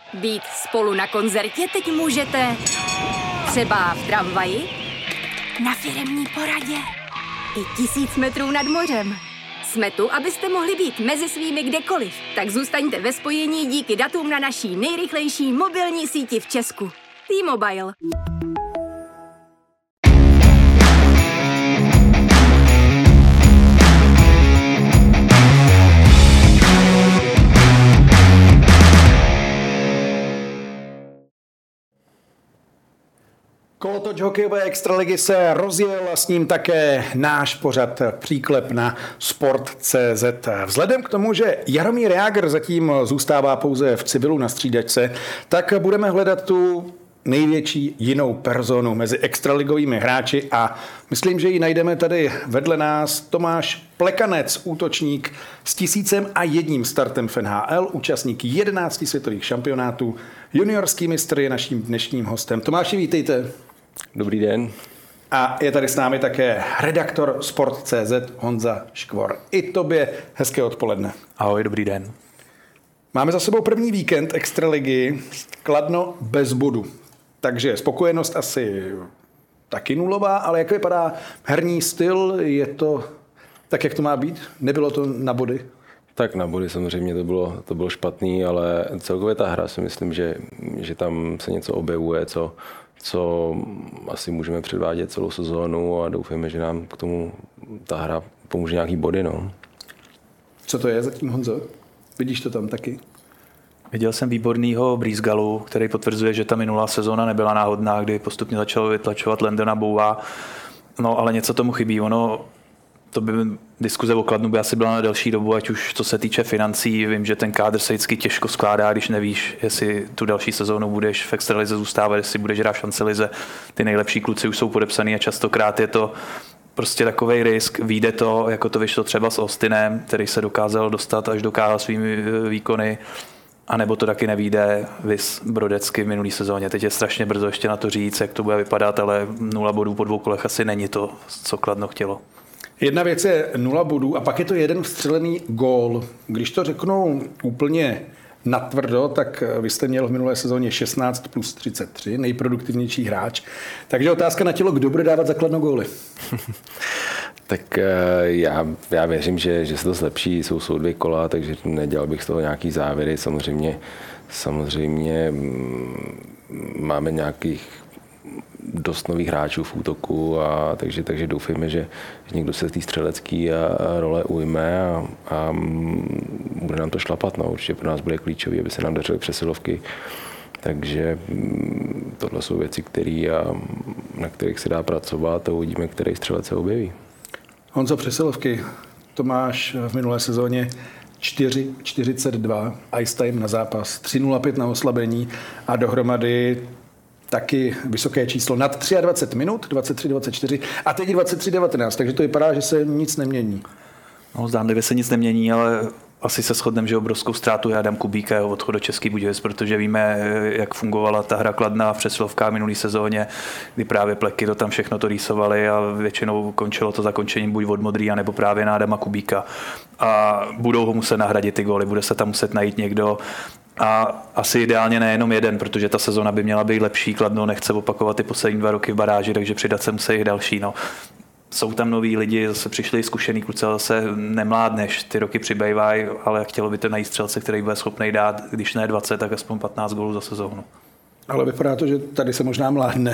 Být spolu na koncertě teď můžete třeba v tramvaji, na firemní poradě i 1000 metrů nad mořem. Jsme tu, abyste mohli být mezi svými kdekoliv. Tak zůstaňte ve spojení díky datům na naší nejrychlejší mobilní síti v Česku. T-Mobile. Kolotoč hokejové extraligy se rozjel a s ním také náš pořad Příklep na Sport.cz. Vzhledem k tomu, že Jaromír Jágr zatím zůstává pouze v civilu na střídačce, tak budeme hledat tu největší jinou personu mezi extraligovými hráči a myslím, že ji najdeme tady vedle nás. Tomáš Plekanec, útočník s 1001 startem v NHL, účastník 11 světových šampionátů, juniorský mistr je naším dnešním hostem. Tomáši, vítejte. Dobrý den. A je tady s námi také redaktor Sport.cz Honza Škvor. I tobě hezké odpoledne. Ahoj, dobrý den. Máme za sebou první víkend extraligy, Kladno bez bodu. Takže spokojenost asi taky nulová, ale jak vypadá herní styl, je to tak, jak to má být? Nebylo to na body? Tak na body samozřejmě to bylo špatný, ale celkově ta hra si myslím, že tam se něco objevuje, co asi můžeme předvádět celou sezónu a doufáme, že nám k tomu ta hra pomůže nějaký body. No. Co to je zatím, Honzo? Vidíš to tam taky? Viděl jsem výbornýho Brýsgalu, který potvrzuje, že ta minulá sezóna nebyla náhodná, kdy postupně začal vytlačovat Landona Bowa. No ale něco tomu chybí. To by diskuze o Kladnu by asi byla na delší dobu, ať už co se týče financí. Vím, že ten kádr se vždycky těžko skládá, když nevíš, jestli tu další sezónu budeš v extralize zůstávat, jestli budeš hrát v šancelize. Ty nejlepší kluci už jsou podepsaný a častokrát je to prostě takovej risk. Vyjde to, jako to vyšlo třeba s Austinem, který se dokázal dostat až do KHL svými výkony, a nebo to taky nevyjde vis Brodecky v minulý sezóně. Teď je strašně brzo ještě na to říct, jak to bude vypadat, ale 0 bodů po 2 kolech asi není to, co Kladno chtělo. Jedna věc je 0 bodů a pak je to jeden vstřelený gól. Když to řeknu úplně natvrdo, tak vy jste měl v minulé sezóně 16 plus 33, nejproduktivnější hráč. Takže otázka na tělo, kdo bude dávat za Kladno góly? Tak já věřím, že se to zlepší, jsou 2 kola, takže nedělal bych z toho nějaký závěry. Samozřejmě máme nějakých dost nových hráčů v útoku, a takže doufejme, že někdo se z té střelecké role ujme a bude nám to šlapat. No. Určitě pro nás bude klíčový, aby se nám dařily přesilovky. Takže tohle jsou věci, na kterých se dá pracovat a uvidíme, který střelec se objeví. Honzo, přesilovky. Tomáš v minulé sezóně 4,42 ice time na zápas, 3,05 na oslabení a dohromady taky vysoké číslo nad 23 minut, 23-24 a teď 23-19, takže to vypadá, že se nic nemění. No, zdánlivě se nic nemění, ale asi se shodneme, že obrovskou ztrátu je Adam Kubík a jeho odchod do Český Budějovic, protože víme, jak fungovala ta hra Kladna v přesilovkách minulý sezóně, kdy právě pleky to tam všechno to rýsovali a většinou končilo to zakončením buď od Modrý, nebo právě na Adama Kubíka. A budou ho muset nahradit ty góly, bude se tam muset najít někdo. A asi ideálně nejenom jeden, protože ta sezona by měla být lepší. Kladno nechce opakovat ty poslední 2 roky v baráži, takže přidat se musí i další. No. Jsou tam noví lidi, zase přišli zkušený kluci, zase nemládneš, ty roky přibývají, ale chtělo by to najít střelce, který bude schopný dát, když ne 20, tak aspoň 15 gólů za sezónu. Ale vypadá to, že tady se možná mládne.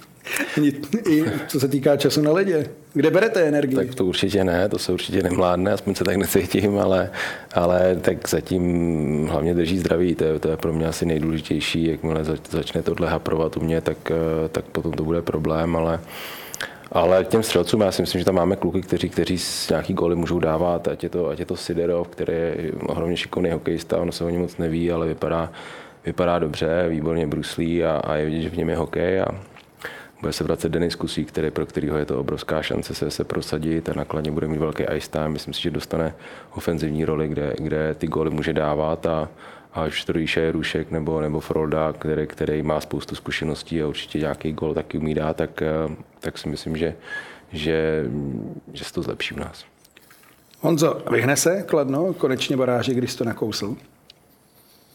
I co se týká času na ledě. Kde berete energii? Tak to určitě ne, to se určitě nemládne, aspoň se tak necítím, ale tak zatím hlavně drží zdraví, to je pro mě asi nejdůležitější, jakmile začne tohle haprovat u mě, tak potom to bude problém, ale k těm střelcům já si myslím, že tam máme kluky, kteří nějaký góly můžou dávat, ať je to Siderov, který je ohromně šikovný hokejista, ono se o něm moc neví, ale vypadá dobře, výborně bruslí a je vidět, že v něm je hokej a bude se vracet Denis Kusík, pro kterého je to obrovská šance se prosadit a na Kladně bude mít velký ice time. Myslím si, že dostane ofenzivní roli, kde ty góly může dávat a až to je Rušek nebo Frolda, který má spoustu zkušeností a určitě nějaký gól taky umí dát, tak si myslím, že se to zlepší u nás. Honzo, vyhne se Kladno konečně baráži, když to nakousl?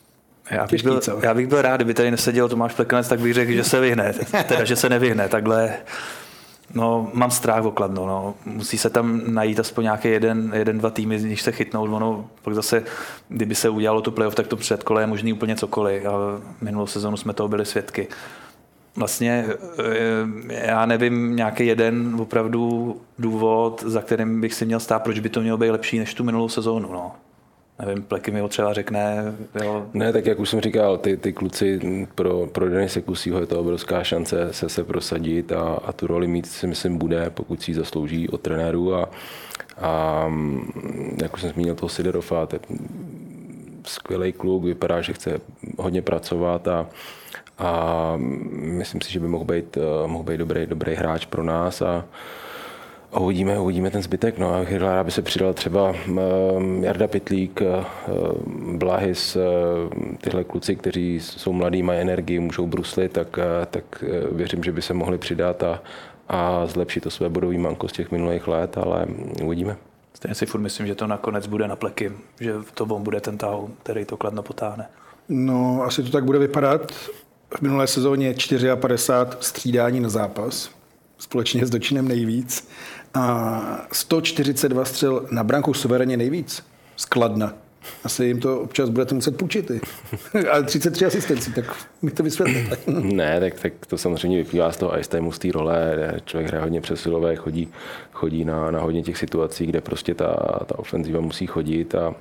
Já bych byl rád, kdyby tady neseděl Tomáš Plekanec, tak bych řekl, že se vyhne, teda že se nevyhne, takhle. No, mám strach o Kladno, no. Musí se tam najít aspoň nějaký jeden, dva týmy, z nich se chytnout, ono, pak zase, kdyby se udělalo to playoff, tak to předkole je možný úplně cokoliv, a minulou sezonu jsme toho byli svědky. Vlastně já nevím nějaký jeden opravdu důvod, za kterým bych si měl stát, proč by to mělo být lepší než tu minulou sezónu, no. Nevím, Pleky mi ho třeba řekne. Jo. Ne, tak jak už jsem říkal, ty kluci pro Denise Kusího je to obrovská šance se prosadit a tu roli mít si myslím bude, pokud si ji zaslouží od trenéru a jak už jsem zmínil toho Sidorova, skvělý kluk, vypadá, že chce hodně pracovat a myslím si, že by mohl být dobrý hráč pro nás a uvidíme ten zbytek. No, a rád, aby se přidal třeba Jarda Pytlík, Blahis, tyhle kluci, kteří jsou mladí, mají energii, můžou bruslit, tak věřím, že by se mohli přidat a zlepšit to své bodový manko z těch minulých let, ale uvidíme. Stejně si furt myslím, že to nakonec bude na Pleky, že to bude ten tahoun, který to Kladno potáhne. No, asi to tak bude vypadat. V minulé sezóně 54 střídání na zápas, společně s Dočinem nejvíc. A 142 střel na branku suverénně nejvíc z Kladna. Asi jim to občas budete muset půjčit. Ale 33 asistencí, tak mi to vysvětlete. Ne, tak to samozřejmě vyplývá z toho ice timeu, z té role. Člověk hraje hodně přesilové, chodí na hodně těch situací, kde prostě ta ofenzíva musí chodit a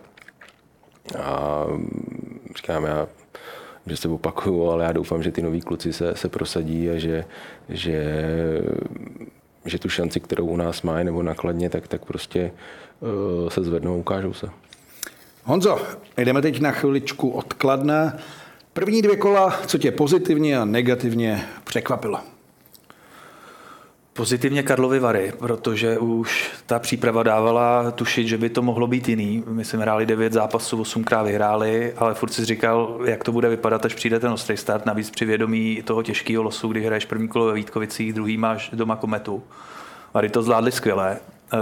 říkám já, že se opakuju, ale já doufám, že ty noví kluci se prosadí a že tu šanci, kterou u nás mají nebo nakladně, tak prostě se zvednou a ukážou se. Honzo, jdeme teď na chviličku od Kladna. První 2 kola, co tě pozitivně a negativně překvapilo? Pozitivně Karlovy Vary, protože už ta příprava dávala tušit, že by to mohlo být jiný. My jsme hráli 9 zápasů, 8krát vyhráli, ale furt si říkal, jak to bude vypadat, až přijde ten ostrý start, navíc při vědomí toho těžkého losu, kdy hraješ první kolo ve Vítkovicích, druhý máš doma Kometu. Vary to zvládli skvěle.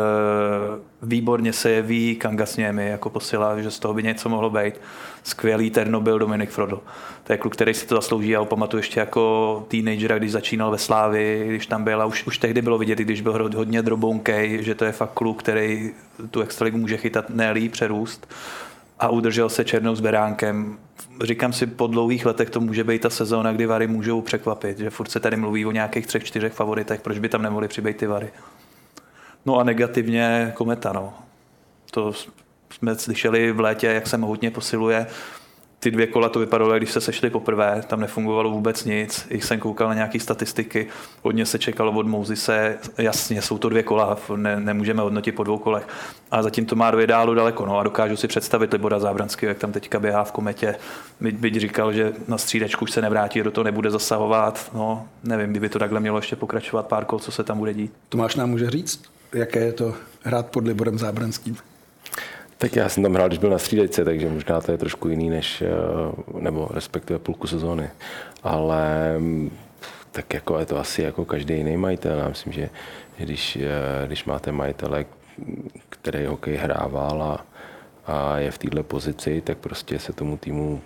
Výborně se jeví Kanga Sněmy jako posila, že z toho by něco mohlo být. Skvělý terno byl Dominik Frodl. To je kluk, který si to zaslouží. Já ho pamatuju ještě jako teenagera, když začínal ve Slávii, když tam byl a už tehdy bylo vidět, když byl hodně drobounkej, že to je fakt kluk, který tu extraligu může chytat, ne-li přerůst. A udržel se černou s Beránkem. Říkám si, po dlouhých letech to může být ta sezóna, kdy Vary můžou překvapit, že furt se tady mluví o nějakých 3-4 favoritech, proč by tam nemohli přibýt ty Vary. No a negativně Kometa, no. To jsme slyšeli v létě, jak se mohutně posiluje. Ty 2 kola to vypadalo, když se sešli poprvé, tam nefungovalo vůbec nic. Když jsem koukal na nějaké statistiky, hodně se čekalo od Mouzise, jasně, jsou to 2 kola, nemůžeme hodnotit po 2 kolech. A zatím to má do ideálu daleko, no a dokážu si představit Libora Zábranského, jak tam teďka běhá v Kometě. Byť říkal, že na střídačku už se nevrátí, do toho nebude zasahovat. No, nevím, kdyby to takhle mělo ještě pokračovat pár kol, co se tam bude dít. Tomáš nám může říct, jaké je to hrát pod Liborem Zábranským? Tak já jsem tam hrál, když byl na střídačce, takže možná to je trošku jiný, nebo respektive půlku sezóny. Ale tak jako je to asi jako každý jiný majitel. Já myslím, že když máte majitele, který hokej hrával a je v této pozici, tak prostě se tomu týmu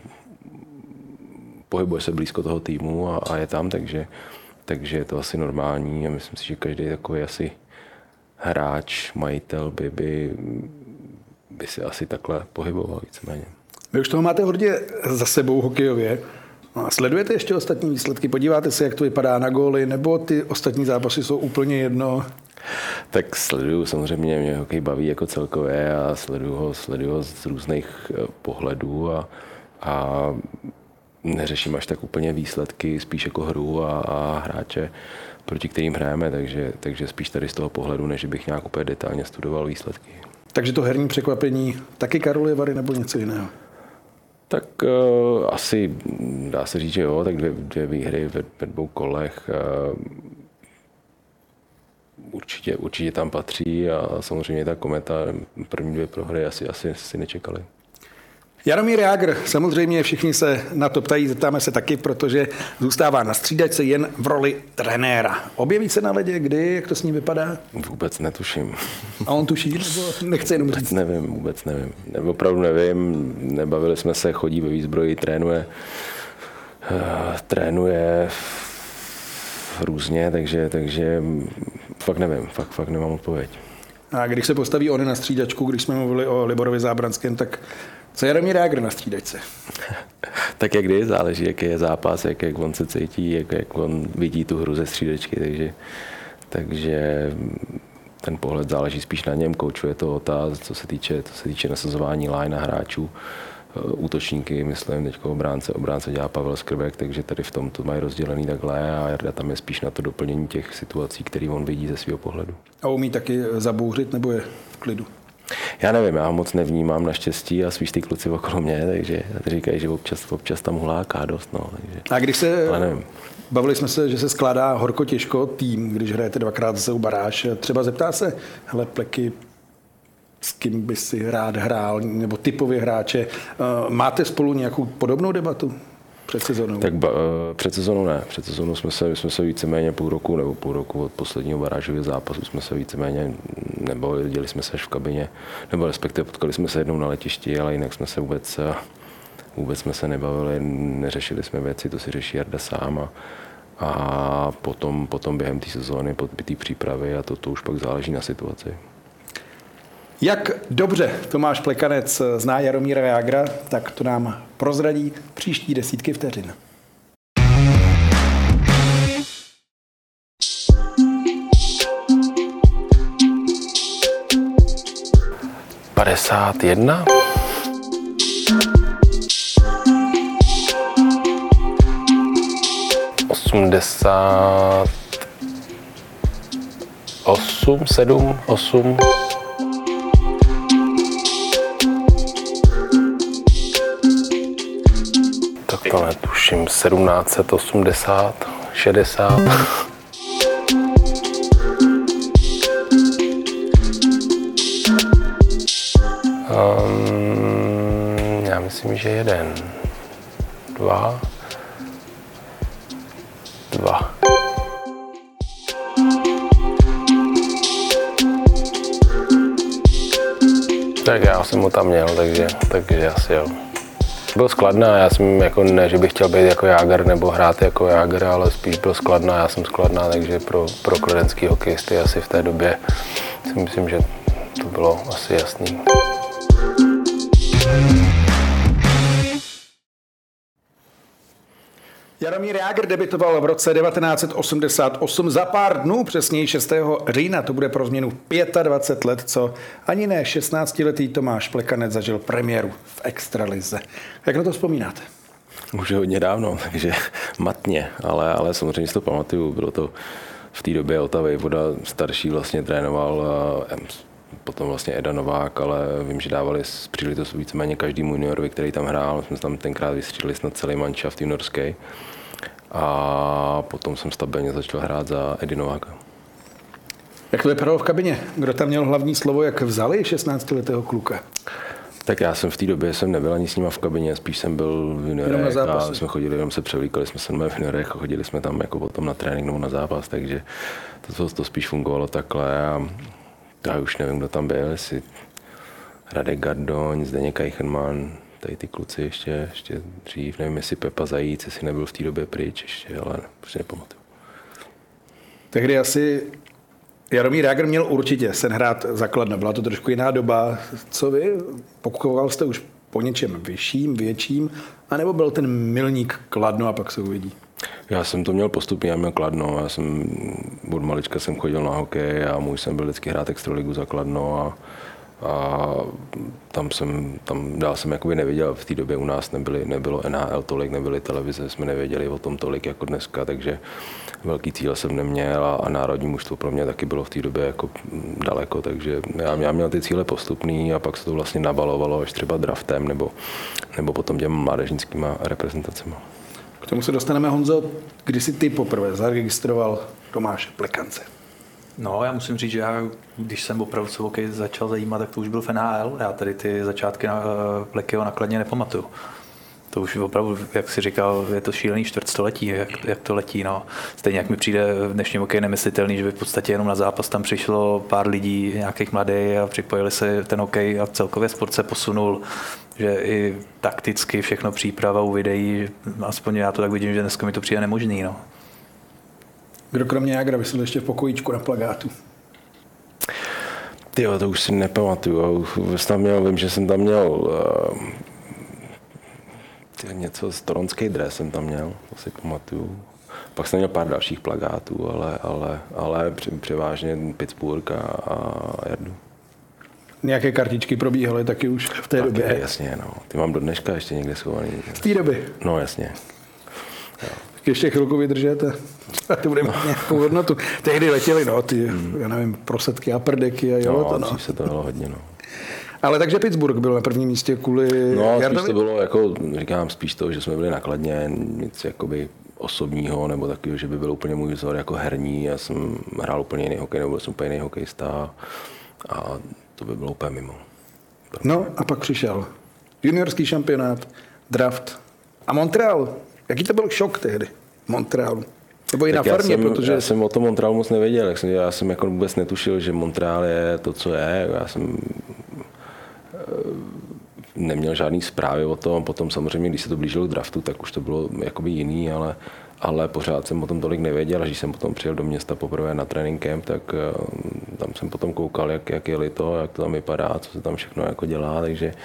pohybuje se blízko toho týmu a je tam, takže je to asi normální a myslím si, že každý takový asi hráč, majitel by se asi takhle pohyboval víceméně. Vy už toho máte hodně za sebou hokejově. A sledujete ještě ostatní výsledky? Podíváte se, jak to vypadá na góly, nebo ty ostatní zápasy jsou úplně jedno? Tak sleduju, samozřejmě mě hokej baví jako celkově a sleduju ho z různých pohledů a neřeším až tak úplně výsledky, spíš jako hru a hráče, proti kterým hrajeme, takže spíš tady z toho pohledu, než bych nějak úplně detailně studoval výsledky. Takže to herní překvapení taky Karlovy Vary nebo něco jiného? Tak asi dá se říct, že jo, tak 2 výhry ve 2 kolech určitě tam patří a samozřejmě ta Kometa první 2 prohry asi si nečekali. Jaromír Jágr, samozřejmě všichni se na to ptají, zeptáme se taky, protože zůstává na střídačce jen v roli trenéra. Objeví se na ledě, kdy, jak to s ním vypadá? Vůbec netuším. A on tuší, nebo nechce jenom říct? Vůbec nevím. Opravdu nevím, nebavili jsme se, chodí ve výzbroji, trénuje různě, takže fakt nevím, fakt nemám odpověď. A když se postaví on na střídačku, když jsme mluvili o Liborovi Zábranském, tak co Jaromír Jágr na střídačce? Tak jak kdy, záleží, jaký je zápas, jak on se cítí, jak on vidí tu hru ze střídačky, takže ten pohled záleží spíš na něm, koučuje to otáz, co se týče nasazování line a hráčů. Útočníky, myslím, teď obránce dělá Pavel Skrbek, takže tady v tom to mají rozdělený takhle a Jarda tam je spíš na to doplnění těch situací, které on vidí ze svého pohledu. A umí taky zabouřit, nebo je v klidu? Já nevím, já ho moc nevnímám naštěstí a spíš ty kluci okolo mě, takže říkají, že občas tam huláká dost. No, takže, a když se, bavili jsme se, že se skládá horko těžko tým, když hrajete dvakrát za baráž, třeba zeptá se, hele Pleky, s kým by si rád hrál, nebo typově hráče. Máte spolu nějakou podobnou debatu před sezónou? Tak před sezónou ne. Před sezónou jsme se víceméně půl roku od posledního barážového zápasu jsme se víceméně nebavili, dělali jsme se až v kabině, nebo respektive potkali jsme se jednou na letišti, ale jinak jsme se vůbec jsme se nebavili, neřešili jsme věci, to si řeší Jarda sám a potom během té sezóny, po té přípravy a to už pak záleží na situaci. Jak dobře Tomáš Plekanec zná Jaromíra Jágra, tak to nám prozradí příští desítky vteřin. (51) 88, 7, 8. Tak to netuším, 1780, 60. Já myslím, že 1, 2. Tak já jsem ho tam měl, takže asi jo. Byl skladná, já jsem jako ne, že bych chtěl být jako Jágr nebo hrát jako Jágr, ale spíš byl skladná, já jsem skladná, takže pro kladenský hokejisty asi v té době si myslím, že to bylo asi jasný. Jaromír Jágr debitoval v roce 1988 za pár dnů, přesněji 6. října. To bude pro změnu 25 let, co ani ne 16letý Tomáš Plekanec zažil premiéru v extralize. Jak na to vzpomínáte? Už je hodně dávno, takže matně, ale samozřejmě si to pamatuju. Bylo to v té době Ota Vejvoda starší vlastně trénoval, potom vlastně Eda Novák, ale vím, že dávali příležitost víceméně každému juniorovi, který tam hrál. Jsme tam tenkrát vystřídali snad celý manšaft juniorský. A potom jsem stabilně začal hrát za Edy Nováka. Jak to vypadalo v kabině? Kdo tam měl hlavní slovo, jak vzali 16letého kluka? Tak já jsem v té době nebyl ani s nima v kabině, spíš jsem byl v juniorech a jsme chodili, jenom se převlíkali jsme se v juniorech a chodili jsme tam jako potom na trénink nebo na zápas, takže to spíš fungovalo takhle a já už nevím, kdo tam byl, jestli Radek Gardoň, Zdeněk Eichenmann, tady ty kluci ještě dřív, nevím, jestli Pepa Zajíc, jestli nebyl v té době pryč ještě, ale už nepamatuju. Tehdy asi Jaromír Jágr měl určitě sen hrát za Kladno. Byla to trošku jiná doba. Co vy? Pokukoval jste už po něčem vyšším, větším, anebo byl ten milník Kladno a pak se uvidí? Já jsem to měl postupně, já měl Kladno. Já jsem od malička jsem chodil na hokej a můj jsem byl vždycky hrát extraligu za Kladno a tam dál jsem jakoby nevěděl, v té době u nás nebylo NHL tolik, nebyly televize, jsme nevěděli o tom tolik jako dneska, takže velký cíl jsem neměl a národní mužstvo pro mě taky bylo v té době jako daleko, takže já měl ty cíle postupný a pak se to vlastně nabalovalo až třeba draftem nebo potom těm mládežnickýma reprezentacemi. K tomu se dostaneme, Honzo, kdy jsi ty poprvé zaregistroval Tomáše Plekance? No, já musím říct, že já, když jsem opravdu se hokej začal zajímat, tak to už byl v NHL. Já tady ty začátky na Lekyho nakladně nepamatuju. To už opravdu, jak jsi říkal, je to šílený čtvrtstoletí, jak to letí. No. Stejně jak mi přijde v dnešním hokeji nemyslitelný, že by v podstatě jenom na zápas tam přišlo pár lidí, nějakých mladých a připojili se ten hokej a celkově sport se posunul, že i takticky všechno příprava u videí, aspoň já to tak vidím, že dneska mi to přijde nemožný. No. Kdo kromě Jágra vysedl ještě v pokojíčku na plakátu? Tyjo, to už si nepamatuju. Vím, že jsem tam měl něco z toronský dres jsem tam měl, to si pamatuju. Pak jsem měl pár dalších plakátů, ale převážně Pittsburgh a Jardu. Nějaké kartičky probíhaly taky už v té době? Jasně, no. Ty mám do dneška ještě někde schovaný. V té době? No, jasně. Tak ještě chvilku vydržete. To bude mít nějakou hodnotu. Tehdy letěly, no, ty, já nevím, prosetky a prdeky a jo, to no. Se to dalo hodně, no. Ale takže Pittsburgh byl na prvním místě kvůli Jardovi? Spíš to bylo, jako říkám, spíš to, že jsme byli nakladně, nic jakoby osobního, nebo takového, že by byl úplně můj vzor jako herní. Já jsem hrál úplně jiný hokej, nebo byl jsem úplně jiný hokejista a to by bylo úplně mimo. No a pak přišel juniorský šampionát, draft a Montreal. Jaký to byl šok tehdy v Montrealu? Nebo i na farmě, protože... Já jsem o tom Montrealu moc nevěděl. Já jsem jako vůbec netušil, že Montreal je to, co je. Já jsem neměl žádný zprávy o tom. Potom samozřejmě, když se to blížilo k draftu, tak už to bylo jakoby jiný, ale pořád jsem o tom tolik nevěděl. A když jsem potom přijel do města poprvé na trénink camp, tak tam jsem potom koukal, jak je to, jak to tam vypadá, co se tam všechno jako dělá,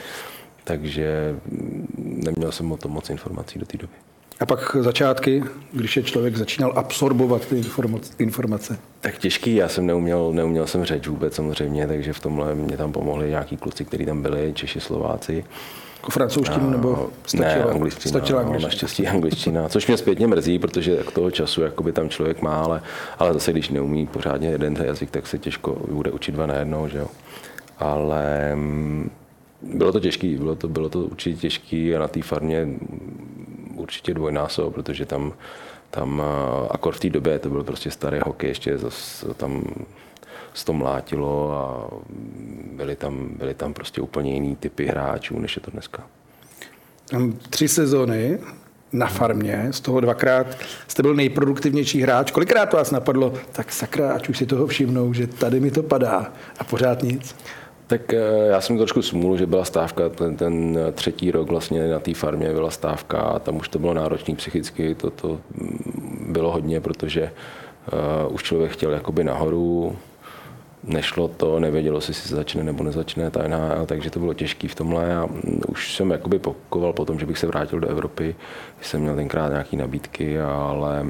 takže neměl jsem o tom moc informací do té doby. A pak začátky, když je člověk začínal absorbovat ty informace? Tak těžký, já jsem neuměl jsem řeč vůbec samozřejmě, takže v tomhle mě tam pomohli nějaký kluci, kteří tam byli, Češi, Slováci. Jako francouzštinu nebo stačila angličtina? No, naštěstí angličtina, což mě zpětně mrzí, protože k toho času jakoby tam člověk má, ale zase když neumí pořádně jeden jazyk, tak se těžko bude učit dva najednou, že jo. Ale bylo to těžký, bylo to určitě těžký a na té farmě určitě dvojnásob, protože tam akor v té době to byl prostě starý hokej, ještě tam se to mlátilo a byly tam prostě úplně jiný typy hráčů, než je to dneska. 3 sezóny na farmě, z toho 2krát jste byl nejproduktivnější hráč. Kolikrát vás napadlo, tak sakra, ať už si toho všimnou, že tady mi to padá a pořád nic? Tak já jsem trošku smůlu, že byla stávka, ten 3. rok vlastně na té farmě byla stávka a tam už to bylo náročný psychicky, to bylo hodně, protože už člověk chtěl jakoby nahoru, nešlo to, nevědělo se, jestli se začne nebo nezačne ta NHL, takže to bylo těžký v tomhle a už jsem jakoby pokoval po tom, že bych se vrátil do Evropy, jsem měl tenkrát nějaké nabídky, ale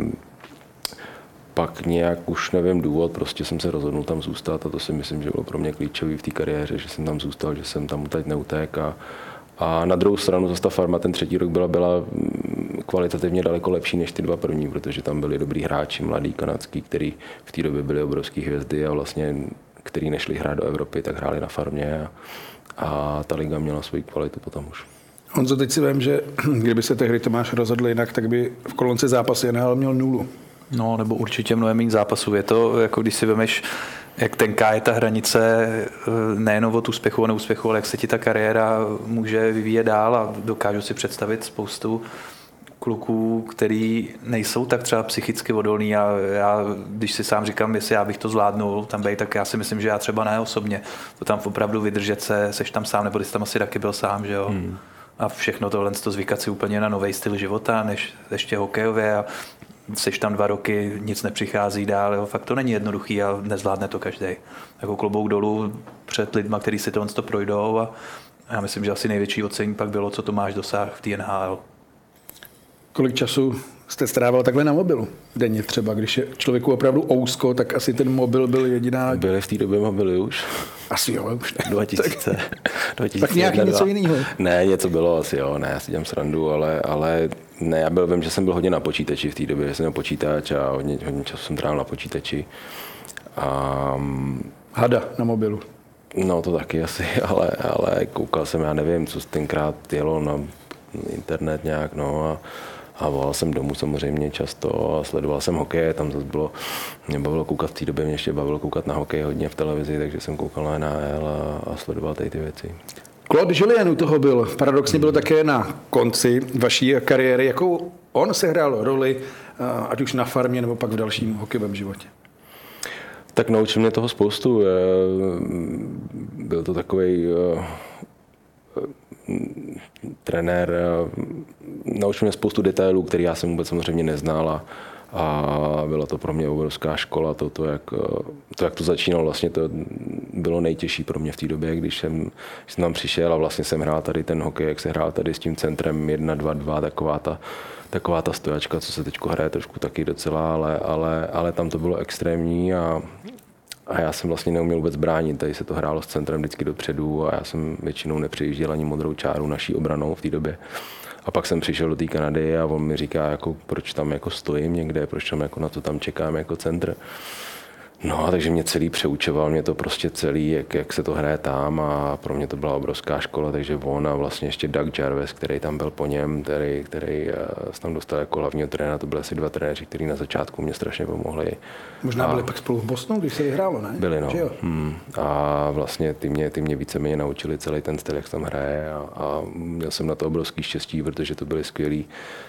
pak nějak už nevím důvod, prostě jsem se rozhodnul tam zůstat a to si myslím, že bylo pro mě klíčový v té kariéře, že jsem tam zůstal, že jsem tam teď neutek a na druhou stranu zase ta farma ten 3. rok byla kvalitativně daleko lepší než ty 2 první, protože tam byli dobrý hráči, mladí kanadský, který v té době byli obrovský hvězdy a vlastně, který nešli hrát do Evropy, tak hráli na farmě a ta liga měla svoji kvalitu potom už. Honzo, teď si vím, že kdyby se tehdy Tomáš rozhodl jinak, tak by v kolonce zápasy NHL měl 0. No, nebo určitě mnohem méně zápasů. Je to, jako když si vemeš, jak tenká je ta hranice nejen od úspěchu a neúspěchu, ale jak se ti ta kariéra může vyvíjet dál a dokážu si představit spoustu kluků, který nejsou tak třeba psychicky odolný a já, když si sám říkám, jestli já bych to zvládnul tam být, tak já si myslím, že já třeba ne osobně. To tam opravdu vydržet se, seš tam sám, nebo ty jsi tam asi taky byl sám, že jo. A všechno tohle to zvykat si úplně na nový styl života, než ještě hokejově a seš tam 2 roky, nic nepřichází dál, jo. Fakt to není jednoduchý a nezvládne to každý. Jako klobouk dolů před lidma, kteří si tohle projdou a já myslím, že asi největší ocenění pak bylo, co Tomáš dosáhl v té NHL. Kolik času jste strávil takhle na mobilu denně třeba, když je člověku opravdu ousko, tak asi ten mobil byl jediná... Byly v té době mobily už? Asi jo, už ne. 2000. Tak nějaký něco jiného? Ne, něco bylo asi jo, ne, já si dělám srandu, ale ne, já vím, že jsem byl hodně na počítači v té době, že jsem měl počítač a hodně času jsem trávil na počítači. Hada na mobilu. No to taky asi, ale koukal jsem, já nevím, co tenkrát jelo na internet nějak, no A volal jsem domů samozřejmě často a sledoval jsem hokej, tam zase mě bavilo koukat v té době, mě ještě bavilo koukat na hokej hodně v televizi, takže jsem koukal na NHL a sledoval tady ty věci. Claude Julien u toho byl, paradoxně byl také na konci vaší kariéry. Jakou on sehrál roli, ať už na farmě nebo pak v dalším hokejovém životě? Tak naučil mě toho spoustu. Byl to takovej trenér, naučil mě spoustu detailů, které já jsem vůbec samozřejmě neznal a byla to pro mě obrovská škola. Jak to začínalo, vlastně to bylo nejtěžší pro mě v té době, když jsem tam přišel a vlastně jsem hrál tady ten hokej, jak se hrál tady s tím centrem 1-2-2, taková ta stojačka, co se teď hraje trošku taky docela, ale tam to bylo extrémní a já jsem vlastně neuměl vůbec bránit. Tady se to hrálo s centrem vždycky dopředu a já jsem většinou nepřejížděl ani modrou čáru naší obranou v té době. A pak jsem přišel do té Kanady a on mi říká, jako, proč tam jako stojím někde, proč tam jako na to tam čekám jako centr. No a takže mě celý přeučoval, mě to prostě celý, jak se to hraje tam a pro mě to byla obrovská škola, takže on a vlastně ještě Doug Jarvis, který tam byl po něm, který se tam dostal jako hlavního trenéra, to byly asi 2 trenéři, kteří na začátku mě strašně pomohli. Možná byli pak spolu v Bostonu, když se vyhrálo, ne? Byli, no. A vlastně ty mě víceméně naučili celý ten styl, jak se tam hraje a měl jsem na to obrovský štěstí, protože to byli skvělí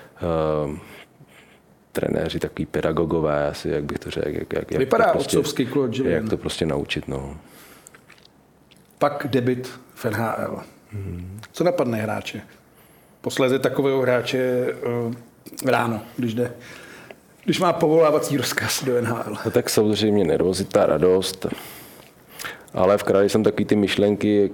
trenéři, takový pedagogové, asi, jak bych to řekl. Vypadá otcovský Claude Julien. Jak to prostě naučit, no. Pak debut v NHL. Co napadne hráče? Posléze takového hráče ráno, když má povolávací rozkaz do NHL. No tak samozřejmě nervozita, radost, ale vkrádali jsem takový ty myšlenky,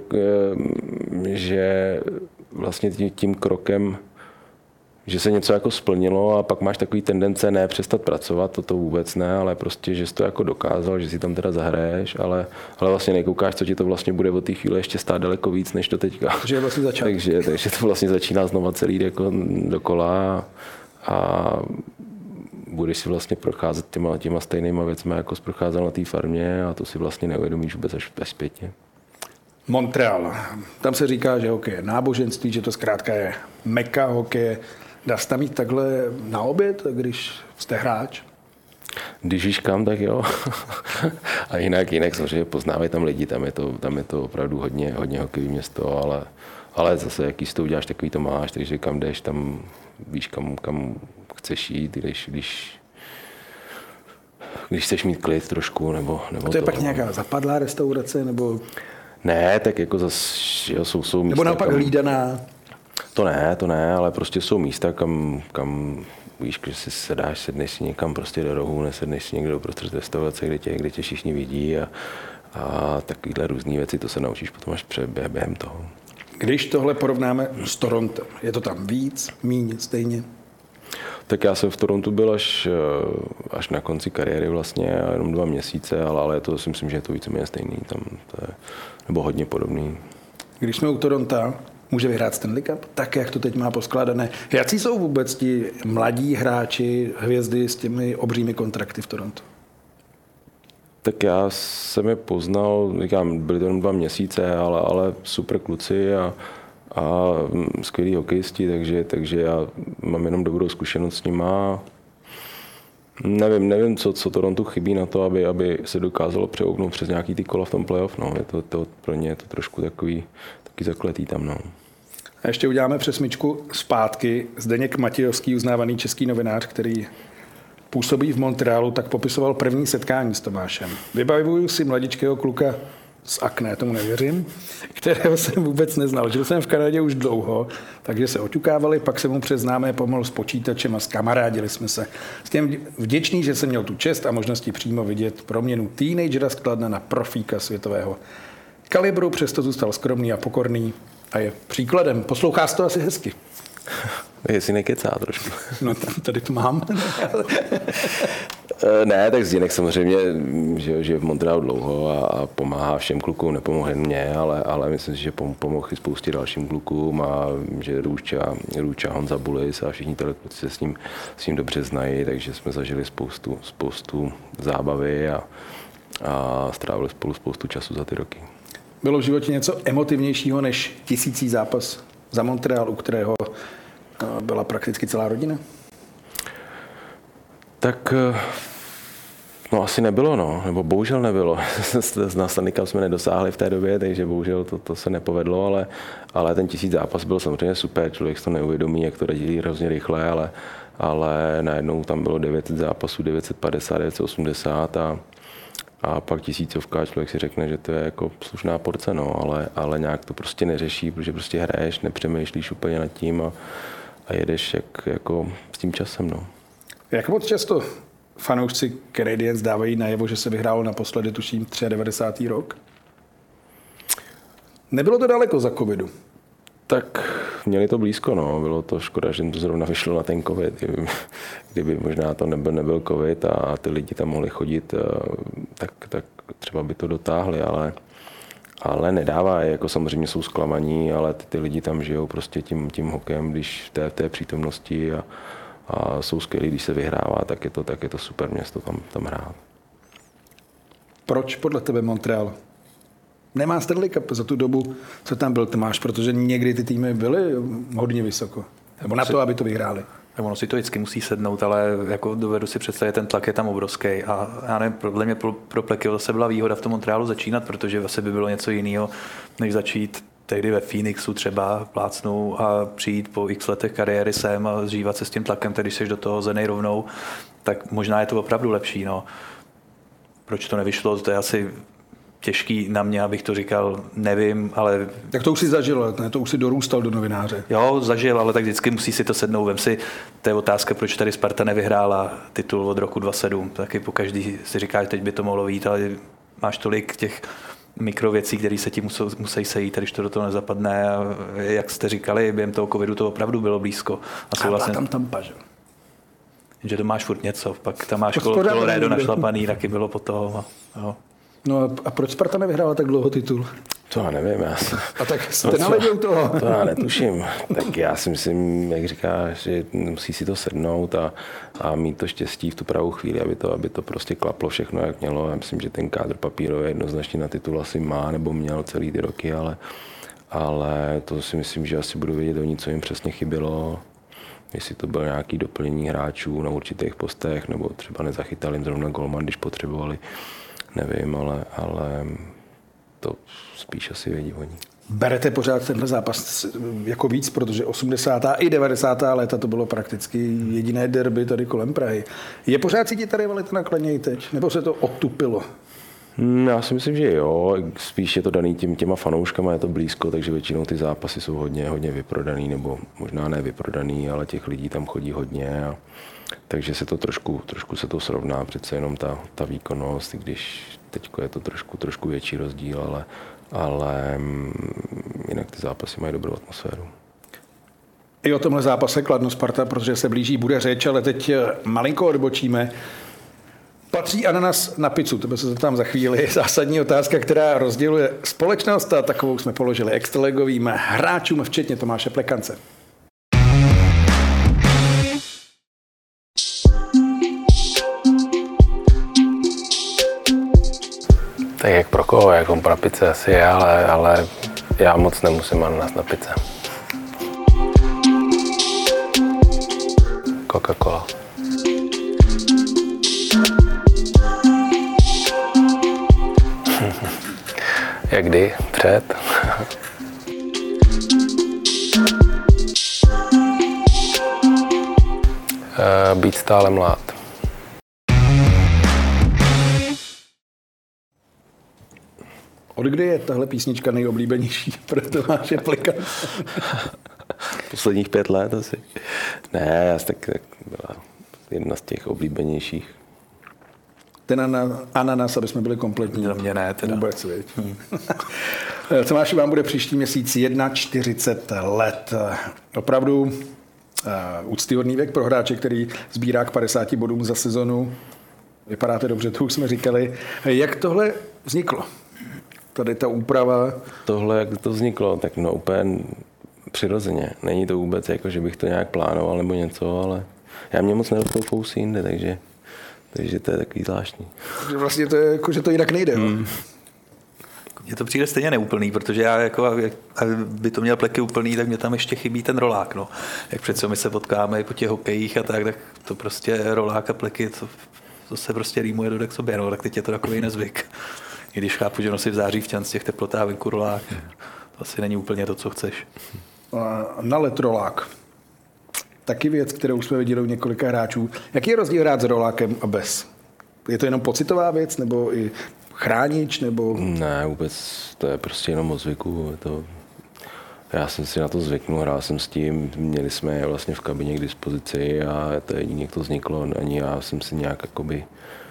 že vlastně tím krokem, že se něco jako splnilo a pak máš takový tendence ne přestat pracovat, to vůbec ne, ale prostě, že jsi to jako dokázal, že si tam teda zahraješ, ale vlastně nekoukáš, co ti to vlastně bude od té chvíle ještě stát daleko víc, než to teďka. Takže vlastně takže to vlastně začíná znova celý jako dokola a budeš si vlastně procházet těma stejnýma věcmi, jako jsi procházel na té farmě a to si vlastně neuvědomíš vůbec až zpětně. Montreal. Tam se říká, že hokej je náboženství, že to zkrátka je meka hokeje. Dá se tam jít takhle na oběd, když jste hráč? Když víš kam, tak jo. A jinak samozřejmě poznávají tam lidi, tam je to opravdu hodně hokejové město, ale zase jaký si to uděláš, takový to máš, takže kam jdeš, tam víš, kam chceš jít, když chceš mít klid trošku, nebo to je pak nějaká zapadlá restaurace, nebo... Ne, tak jako zase jsou místa... Nebo naopak hlídaná? To ne, ale prostě jsou místa, kam víš, že si sedneš si někam prostě do rohu, nesedneš si někde uprostřed restaurace, kde tě všichni vidí a takovýhle různý věci, to se naučíš potom až během toho. Když tohle porovnáme s Torontem, je to tam víc, míň, stejně? Tak já jsem v Torontu byl až na konci kariéry vlastně, jenom 2 měsíce, ale to si myslím, že je to víceméně stejný, tam to je, nebo hodně podobný. Když jsme u Toronta, může vyhrát Stanley Cup, tak jak to teď má poskládané. Jací jsou vůbec ti mladí hráči, hvězdy s těmi obřími kontrakty v Torontu? Tak já jsem je poznal, říkám, byly to jenom 2 měsíce, ale super kluci a skvělí hokejisti, takže já mám jenom dobrou zkušenost s nima. Nevím, co Torontu chybí na to, aby se dokázalo přeouknout přes nějaký ty kola v tom playoff. No. Pro ně je to trošku taky zakletý tam. No. A ještě uděláme přesmičku zpátky. Zdeněk Matějovský, uznávaný český novinář, který působí v Montrealu, tak popisoval první setkání s Tomášem. Vybavuju si mladičkého kluka z Akné, tomu nevěřím, kterého jsem vůbec neznal. Žil jsem v Kanadě už dlouho, takže se oťukávali, pak jsem mu přes známé pomohl s počítačem a zkamarádili jsme se. Jsem vděčný, že jsem měl tu čest a možnosti přímo vidět proměnu teenagera z Kladna na profíka světového kalibru, přesto zůstal skromný a pokorný a je příkladem. Posloucháš to asi hezky. Jestli nekecá trošku. No tady to mám. Ne, tak Zdeněk samozřejmě, že v Montrealu dlouho a pomáhá všem klukům, nepomohl mě, ale myslím si, že pomohl i spoustě dalším klukům a že Růča, Honza Bulis a všichni tyhle kluci se s ním dobře znají, takže jsme zažili spoustu zábavy a strávili spolu spoustu času za ty roky. Bylo v životě něco emotivnějšího než 1000. zápas za Montreal, u kterého byla prakticky celá rodina? Tak no asi nebylo, no, nebo bohužel nebylo. Na Stanley Cup jsme nedosáhli v té době, takže bohužel to se nepovedlo, ale ten 1000 zápas byl samozřejmě super, člověk si to neuvědomí, jak to dělí hrozně rychle, ale najednou tam bylo 900 zápasů, 950, 980 a pak 1000 a člověk si řekne, že to je jako slušná porce, no, ale nějak to prostě neřeší, protože prostě hraješ, nepřemýšlíš úplně nad tím a jedeš jako s tím časem, no. Jak moc často fanoušci Canadiens dávají najevo, že se vyhrálo naposledy, tuším, 93. rok? Nebylo to daleko za covidu? Tak měli to blízko, no. Bylo to škoda, že to zrovna vyšlo na ten covid. Kdyby možná to nebyl covid a ty lidi tam mohli chodit, tak třeba by to dotáhli, ale nedává, jako samozřejmě jsou zklamaní, ale ty lidi tam žijou prostě tím hokejem, když v té přítomnosti a jsou skvělí, když se vyhrává, tak je to super město tam hrát. Proč podle tebe Montreal nemá Stanley Cup za tu dobu, co tam byl Tomáš, protože někdy ty týmy byly hodně vysoko. Nebo na to, aby to vyhráli. Ono si to vždycky musí sednout, ale jako dovedu si představit, ten tlak je tam obrovský. A já nevím, podle mě pro Pleky zase byla výhoda v tom Montrealu začínat, protože asi by bylo něco jiného, než začít tehdy ve Phoenixu třeba plácnou a přijít po x letech kariéry sem a zžívat se s tím tlakem, když jsi do toho hozenej rovnou, tak možná je to opravdu lepší. No. Proč to nevyšlo, to je asi těžký na mě, abych to říkal, nevím, ale... Tak to už si zažil, ne? To už si dorůstal do novináře. Jo, zažil, ale tak vždycky musí si to sednout. Vem si, to je otázka, proč tady Sparta nevyhrála titul od roku 2007. Taky po každý si říká, že teď by to mohlo být, ale máš tolik těch mikrověcí, které se ti musí sejít, když to do toho nezapadne. A jak jste říkali, během toho covidu to opravdu bylo blízko. A vlastně... tam Tampa, že? Že to máš furt něco, pak tam máš Colorado našlapaný, taky bylo po toho. Jo. No a proč Sparta nevyhrála tak dlouho titul? To já nevím. A tak jste naledil toho. To já netuším. Tak já si myslím, jak říkáš, že musí si to sednout a mít to štěstí v tu pravou chvíli, aby to prostě klaplo všechno, jak mělo. Já myslím, že ten kádr papírový jednoznačně na titul asi má nebo měl celý ty roky, ale to si myslím, že asi budu vědět oni, co jim přesně chybělo. Jestli to bylo nějaké doplnění hráčů na určitých postech, nebo třeba nezachytali jim zrovna golman, když potřebovali. Nevím, ale to spíš asi vědí oni. Berete pořád tenhle zápas jako víc, protože 80. i 90. léta to bylo prakticky jediné derby tady kolem Prahy. Je pořád cítit ta rivalita na Klaději teď? Nebo se to odtupilo? Já si myslím, že jo. Spíš je to daný těma fanouškama, je to blízko, takže většinou ty zápasy jsou hodně vyprodaný, nebo možná ne vyprodaný, ale těch lidí tam chodí hodně. Takže se to trošku se to srovná, přece jenom ta výkonnost, i když teď je to trošku větší rozdíl, ale jinak ty zápasy mají dobrou atmosféru. I o tomhle zápase Kladno Sparta, protože se blíží, bude řeč, ale teď malinko odbočíme. Patří ananas na pizzu? Tebe se zeptám za chvíli. Zásadní otázka, která rozděluje společnost a takovou jsme položili extraligovým hráčům, včetně Tomáše Plekance. Tak jak pro koho, jako pro pice asi je, ale já moc nemusím ananas na pice. Coca-Cola. Jak kdy? Před? Být stále mlád. Od kdy je tahle písnička nejoblíbenější pro Tomáše Plekance? Posledních 5 let asi. Ne, tak byla jedna z těch oblíbenějších. Ten ananas, aby jsme byli kompletní. Za mě ne, teda. Vůbec, Tomáši, vám bude příští měsíc 41 let. Opravdu úctyhodný věk pro hráče, který sbírá k 50 bodům za sezonu. Vypadáte dobře, to už jsme říkali. Jak tohle vzniklo? Tady ta úprava. Tohle, jak to vzniklo, tak no úplně přirozeně. Není to vůbec jako, že bych to nějak plánoval nebo něco, ale já mě moc nerostou fousy jinde, takže to je takový zvláštní. Vlastně to je jako, že to jinak nejde. Mně to přijde stejně neúplný, protože já jako, by to měl pleky úplný, tak mě tam ještě chybí ten rolák. No. Jak přece my se potkáme po těch hokejích a tak to prostě rolák a pleky, to se prostě rýmuje do k sobě, no, tak teď je to takový nezvyk. I když chápu, že nosit v září v těch teplotách venku rolák, to asi není úplně to, co chceš. Na led rolák. Taky věc, kterou jsme viděli u několika hráčů. Jaký je rozdíl hrát s rolákem a bez? Je to jenom pocitová věc, nebo i chránič, nebo... Ne, vůbec, to je prostě jenom o zvyku. Já jsem si na to zvyknul, hrál jsem s tím, měli jsme je vlastně v kabině k dispozici a to je jediné, jak to vzniklo. Ani já jsem si nějak jakoby...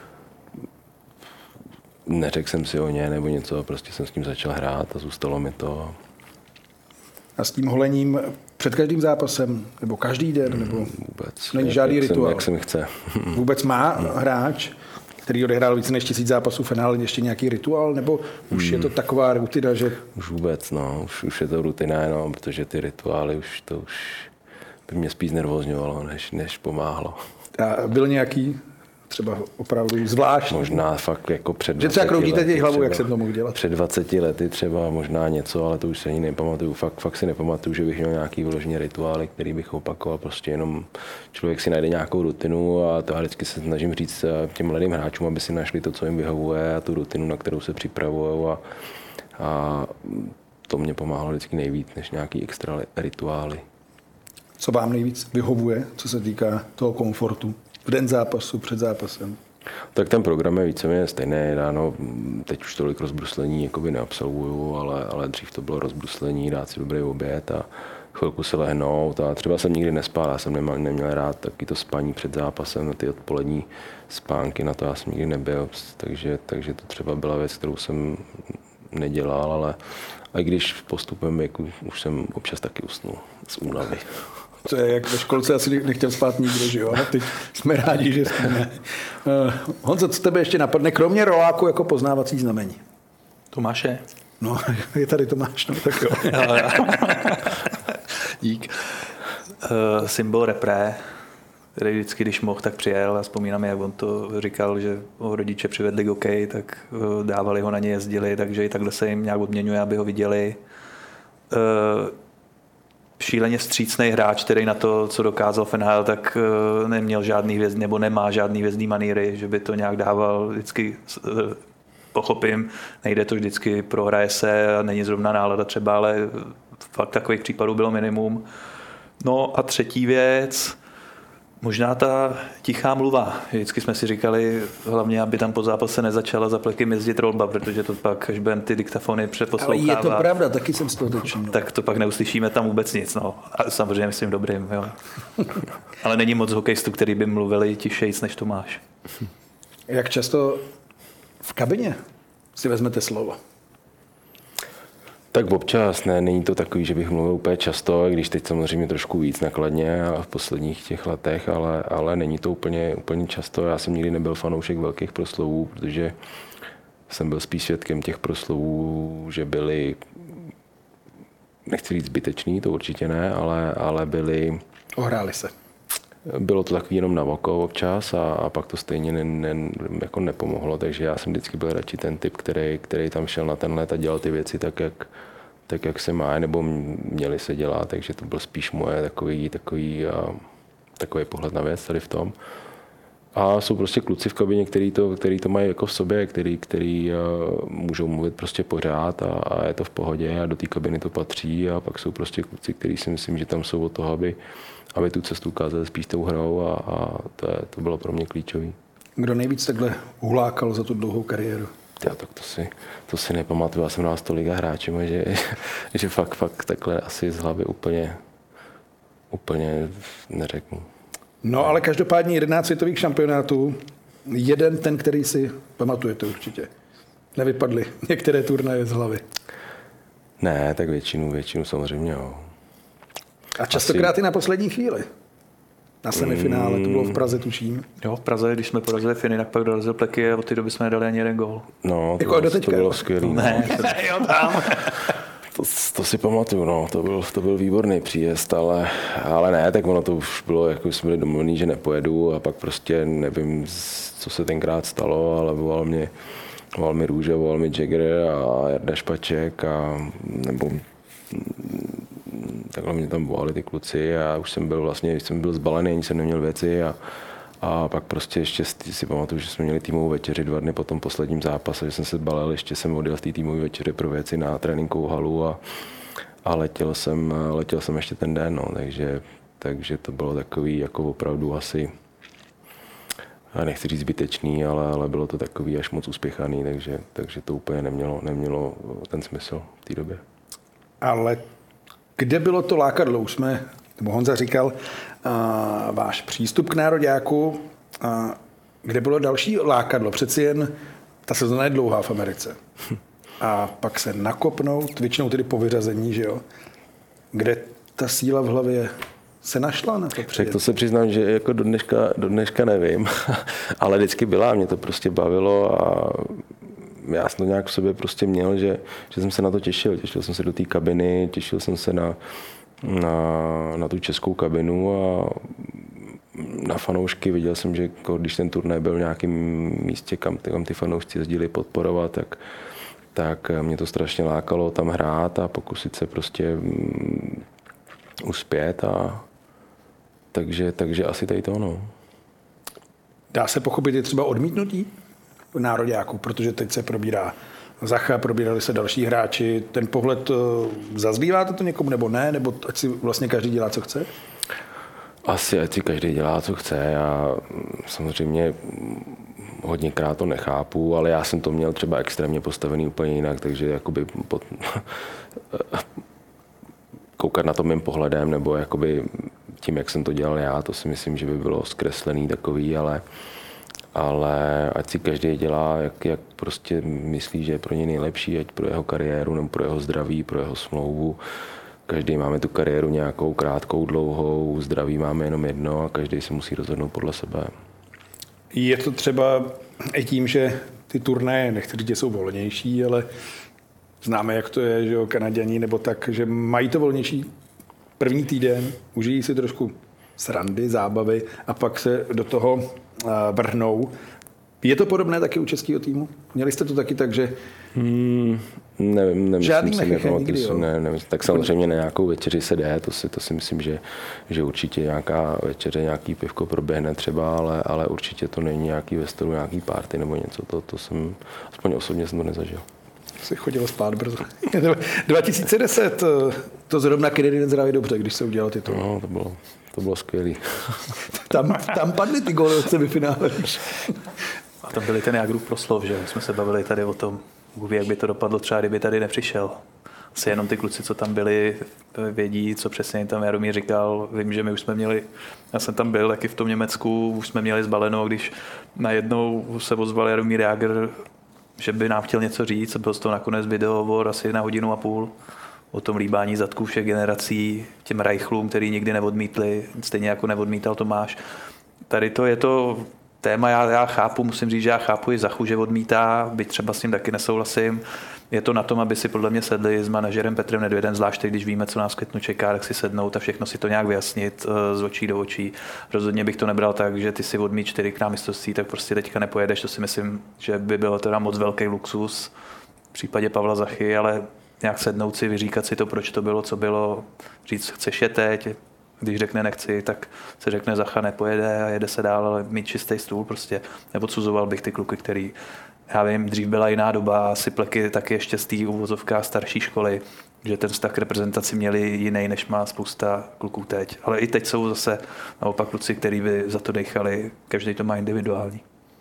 Neřekl jsem si o ně nebo něco, prostě jsem s tím začal hrát a zůstalo mi to. A s tím holením před každým zápasem, nebo každý den, nebo vůbec. Není žádný rituál? Jak se mi chce. Vůbec má hráč, který odehrál více než 1000 zápasů v finále, ještě nějaký rituál, nebo už je to taková rutina, že... Už vůbec, no. Už je to rutina, no, protože ty rituály už by mě spíš nervózňovalo, než pomáhlo. A byl nějaký třeba opravdu zvláštní? Možná fakt jako před 20 lety. Že třeba kroutíte těch hlavu, třeba, jak jsem to mohl dělat? Před 20 lety třeba možná něco, ale to už se ani nepamatuju. Fakt si nepamatuju, že bych měl nějaký vyložený rituály, který bych opakoval. Prostě jenom člověk si najde nějakou rutinu a to já vždycky se snažím říct těm mladým hráčům, aby si našli to, co jim vyhovuje a tu rutinu, na kterou se připravují a to mě pomáhalo vždycky nejvíc, než nějaký extra rituály. Co vám nejvíc vyhovuje, co se týká toho komfortu? V den zápasu, před zápasem? Tak ten program je víceméně stejný. Ráno teď už tolik rozbruslení jakoby neabsolvuju, ale dřív to bylo rozbruslení, dát si dobrý oběd a chvilku si lehnout. A třeba jsem nikdy nespal, já jsem neměl rád taky to spaní před zápasem, ty odpolední spánky, na to já jsem nikdy nebyl. Takže to třeba byla věc, kterou jsem nedělal, ale a když postupem věku už jsem občas taky usnul z únavy. To je jak ve školce, asi nechtěl spát nikdo, že jo? A teď jsme rádi, že jsme. Honzo, co tebe ještě napadne, kromě roláku jako poznávací znamení? Tomáše. No, je tady Tomáš, no tak jo. Dík. Symbol repre, který vždycky, když mohl, tak přijel a vzpomínám, jak on to říkal, že ho rodiče přivedli k hokej, tak dávali ho na ně, jezdili, takže i takhle se jim nějak odměňuje, aby ho viděli. Šíleně vstřícný hráč, který na to, co dokázal v NHL, tak neměl žádný hvězdný, nebo nemá žádný hvězdný maníry, že by to nějak dával, vždycky pochopím, nejde to vždycky, prohraje se a není zrovna nálada třeba, ale fakt takových případů bylo minimum. No a třetí věc, možná ta tichá mluva. Vždycky jsme si říkali, hlavně, aby tam po zápase nezačala za pleky jezdit rolba, protože to pak, až budeme ty diktafony přeposlouchávat. Ale je to pravda, taky jsem z toho točil. Tak to pak neuslyšíme tam vůbec nic. No. A samozřejmě myslím dobrým. Jo. Ale není moc hokejistů, který by mluvili tišejc než Tomáš. Jak často v kabině si vezmete slovo? Tak občas, ne, není to takový, že bych mluvil úplně často, když teď samozřejmě trošku víc nakladně a v posledních těch letech, ale není to úplně často. Já jsem nikdy nebyl fanoušek velkých proslovů, protože jsem byl spíš svědkem těch proslovů, že byly, nechci říct zbytečný, to určitě ne, ale byly... Ohráli se. Bylo to takový jenom na oko občas a pak to stejně jako nepomohlo, takže já jsem vždycky byl radši ten typ, který tam šel na ten let a dělal ty věci tak, jak se má, nebo měli se dělat, takže to byl spíš moje takový pohled na věc tady v tom. A jsou prostě kluci v kabině, který to mají jako v sobě, který můžou mluvit prostě pořád a je to v pohodě a do té kabiny to patří a pak jsou prostě kluci, kteří si myslím, že tam jsou od toho, aby tu cestu ukázali spíš tou hrou a to bylo pro mě klíčový. Kdo nejvíc takhle ulákal za tu dlouhou kariéru? Já tak to si nepamatuju, já jsem nás tolika hráčem, že fakt takhle asi z hlavy úplně neřeknu. No ale každopádně 11 světových šampionátů, jeden ten, který si pamatujete určitě. Nevypadly některé turnaje z hlavy. Ne, tak většinu samozřejmě jo. A častokrát i na poslední chvíli. Na semifinále, to bylo v Praze, tuším. Jo, v Praze, když jsme porazili Finy, tak pak dorazil pleky a od té doby jsme nedali ani jeden gól. No, to bylo skvělý. Ne, jo, tam. To si pamatuju, no, to byl výborný příjezd, ale ne, tak ono to už bylo, jako jsme byli domluvení, že nepojedu a pak prostě nevím, co se tenkrát stalo, ale volal mě volal mi Růža, volal mi Jagger a Jarda Špaček nebo takhle mě tam volali ty kluci a už jsem byl zbalený, ani jsem neměl věci a pak prostě ještě si pamatuju, že jsme měli týmovou večeři 2 dny po tom posledním zápase, že jsem se balil, ještě jsem odjel z té týmové večeři pro věci na tréninkovou halu a letěl jsem ještě ten den, no, takže to bylo takový jako opravdu asi, já nechci říct zbytečný, ale bylo to takový až moc uspěchaný, takže to úplně nemělo ten smysl v té době. Ale kde bylo to lákadlo? Už nebo Honza říkal, váš přístup k nároďáku, kde bylo další lákadlo? Přeci jen ta sezóna je dlouhá v Americe. A pak se nakopnout, většinou tedy po vyřazení, že jo? Kde ta síla v hlavě se našla na to přijet? Tak to se přiznám, že jako do dneška nevím, ale vždycky byla, mě to prostě bavilo a já jsem to nějak v sobě prostě měl, že jsem se na to těšil. Těšil jsem se do té kabiny, těšil jsem se na tu českou kabinu a na fanoušky. Viděl jsem, že když ten turnaj byl v nějakém místě, kam ty fanoušci jezdili podporovat, tak mě to strašně lákalo tam hrát a pokusit se prostě uspět. Takže asi tady to ono. Dá se pochopit i třeba odmítnutí nároďáků, protože teď se probírá Zacha, probírali se další hráči. Ten pohled, zazbýváte to někomu nebo ne? Nebo ať si vlastně každý dělá, co chce? Asi ať si každý dělá, co chce. Já samozřejmě hodněkrát to nechápu, ale já jsem to měl třeba extrémně postavený úplně jinak, takže jakoby koukat na to mým pohledem nebo jakoby tím, jak jsem to dělal já, to si myslím, že by bylo zkreslený takový, ale ať si každý dělá, jak prostě myslí, že je pro něj nejlepší, ať pro jeho kariéru nebo pro jeho zdraví, pro jeho smlouvu. Každý máme tu kariéru nějakou krátkou, dlouhou, zdraví máme jenom jedno a každý se musí rozhodnout podle sebe. Je to třeba i tím, že ty turnaje, nechci říct, že jsou volnější, ale známe, jak to je, že jo, Kanaďani nebo tak, že mají to volnější první týden, užijí si trošku srandy, zábavy a pak se do toho vrhnou. Je to podobné taky u českého týmu? Měli jste to taky tak, že... Nevím, žádný nechyche nikdy, jo? Ne, tak samozřejmě na nějakou večeři se jde, to si myslím, že určitě nějaká večeře, nějaký pivko proběhne třeba, ale určitě to není nějaký ve stylu, nějaký party nebo něco, to jsem, aspoň osobně jsem to nezažil. Jsi chodil spát brzo. 2010, to zrovna Kennedy zdraví dobře, když se udělal titul. No, to bylo skvělý. Tam padly ty góly od semifinále. A tam byly ten Jágrův proslov, že jsme se bavili tady o tom, jak by to dopadlo třeba, kdyby tady nepřišel. Asi jenom ty kluci, co tam byli, vědí, co přesně tam Jaromír říkal. Vím, že my už jsme měli, já jsem tam byl taky v tom Německu, už jsme měli zbaleno, když najednou se ozval Jaromír Jágr, že by nám chtěl něco říct, byl z toho nakonec videohovor asi 1,5 hodiny o tom líbání zadků všech generací, těm Reichlům, který nikdy neodmítli, stejně jako neodmítal Tomáš. Tady to je to téma, já chápu, musím říct, že já chápu i Zachu, že odmítá, byť třeba s tím taky nesouhlasím. Je to na tom, aby si podle mě sedli s manažerem Petrem Nedvědem, zvláště když víme, co nás v květnu čeká, tak si sednout a všechno si to nějak vyjasnit z očí do očí. Rozhodně bych to nebral tak, že ty si odmít 4x mistrovství, tak prostě teďka nepojedeš, to si myslím, že by bylo teda moc velký luxus v případě Pavla Zachy, ale nějak sednout si, vyříkat si to, proč to bylo, co bylo, říct, chceš je teď, když řekne nechci, tak se řekne Zacha nepojede a jede se dál, ale mít čistý stůl prostě. Neodsuzoval bych ty kluky, který, já vím, dřív byla jiná doba, asi pleky taky ještě z té uvozovka starší školy, že ten vztah k reprezentaci měli jiný, než má spousta kluků teď. Ale i teď jsou zase naopak kluci, který by za to dechali, každý to má individuální.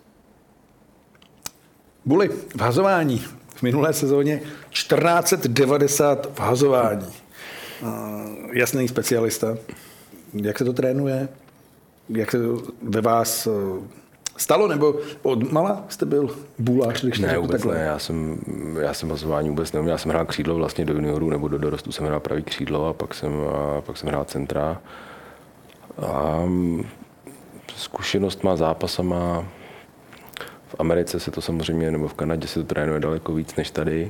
Buli, v hazování. V minulé sezóně 1490 v hazování. Jasný specialista. Jak se to trénuje? Jak se to ve vás stalo? Nebo od mala jste byl bůlář? Ne, vůbec ne. Já jsem hazování vůbec neuměl. Já jsem hrál křídlo vlastně do juniorů nebo do dorostu jsem hrál pravý křídlo a pak jsem hrál centra. A zkušenost má zápasama. V Americe se to samozřejmě, nebo v Kanadě se to trénuje daleko víc než tady.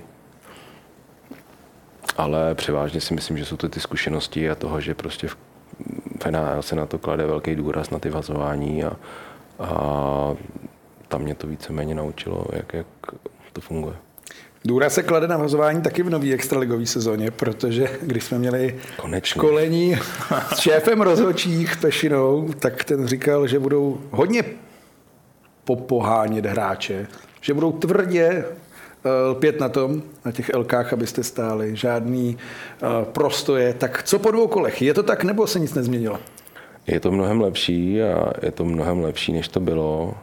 Ale převážně si myslím, že jsou to ty zkušenosti a toho, že prostě v NHL se na to klade velký důraz na ty vazování a tam mě to víceméně naučilo, jak to funguje. Důraz se klade na vazování taky v nový extraligové sezóně, protože když jsme měli školení s šéfem rozhodčích Pešinou, tak ten říkal, že budou hodně popohánět hráče, že budou tvrdě lpět na tom, na těch LKách, abyste stáli, žádný prostoje. Tak co po 2 kolech? Je to tak, nebo se nic nezměnilo? Je to mnohem lepší a je to mnohem lepší, než to bylo.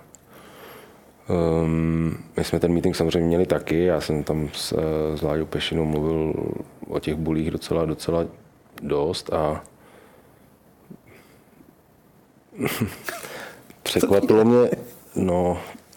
My jsme ten meeting samozřejmě měli taky, já jsem tam s Láďou Pešinou mluvil o těch bulích docela dost a překvapilo mě, no,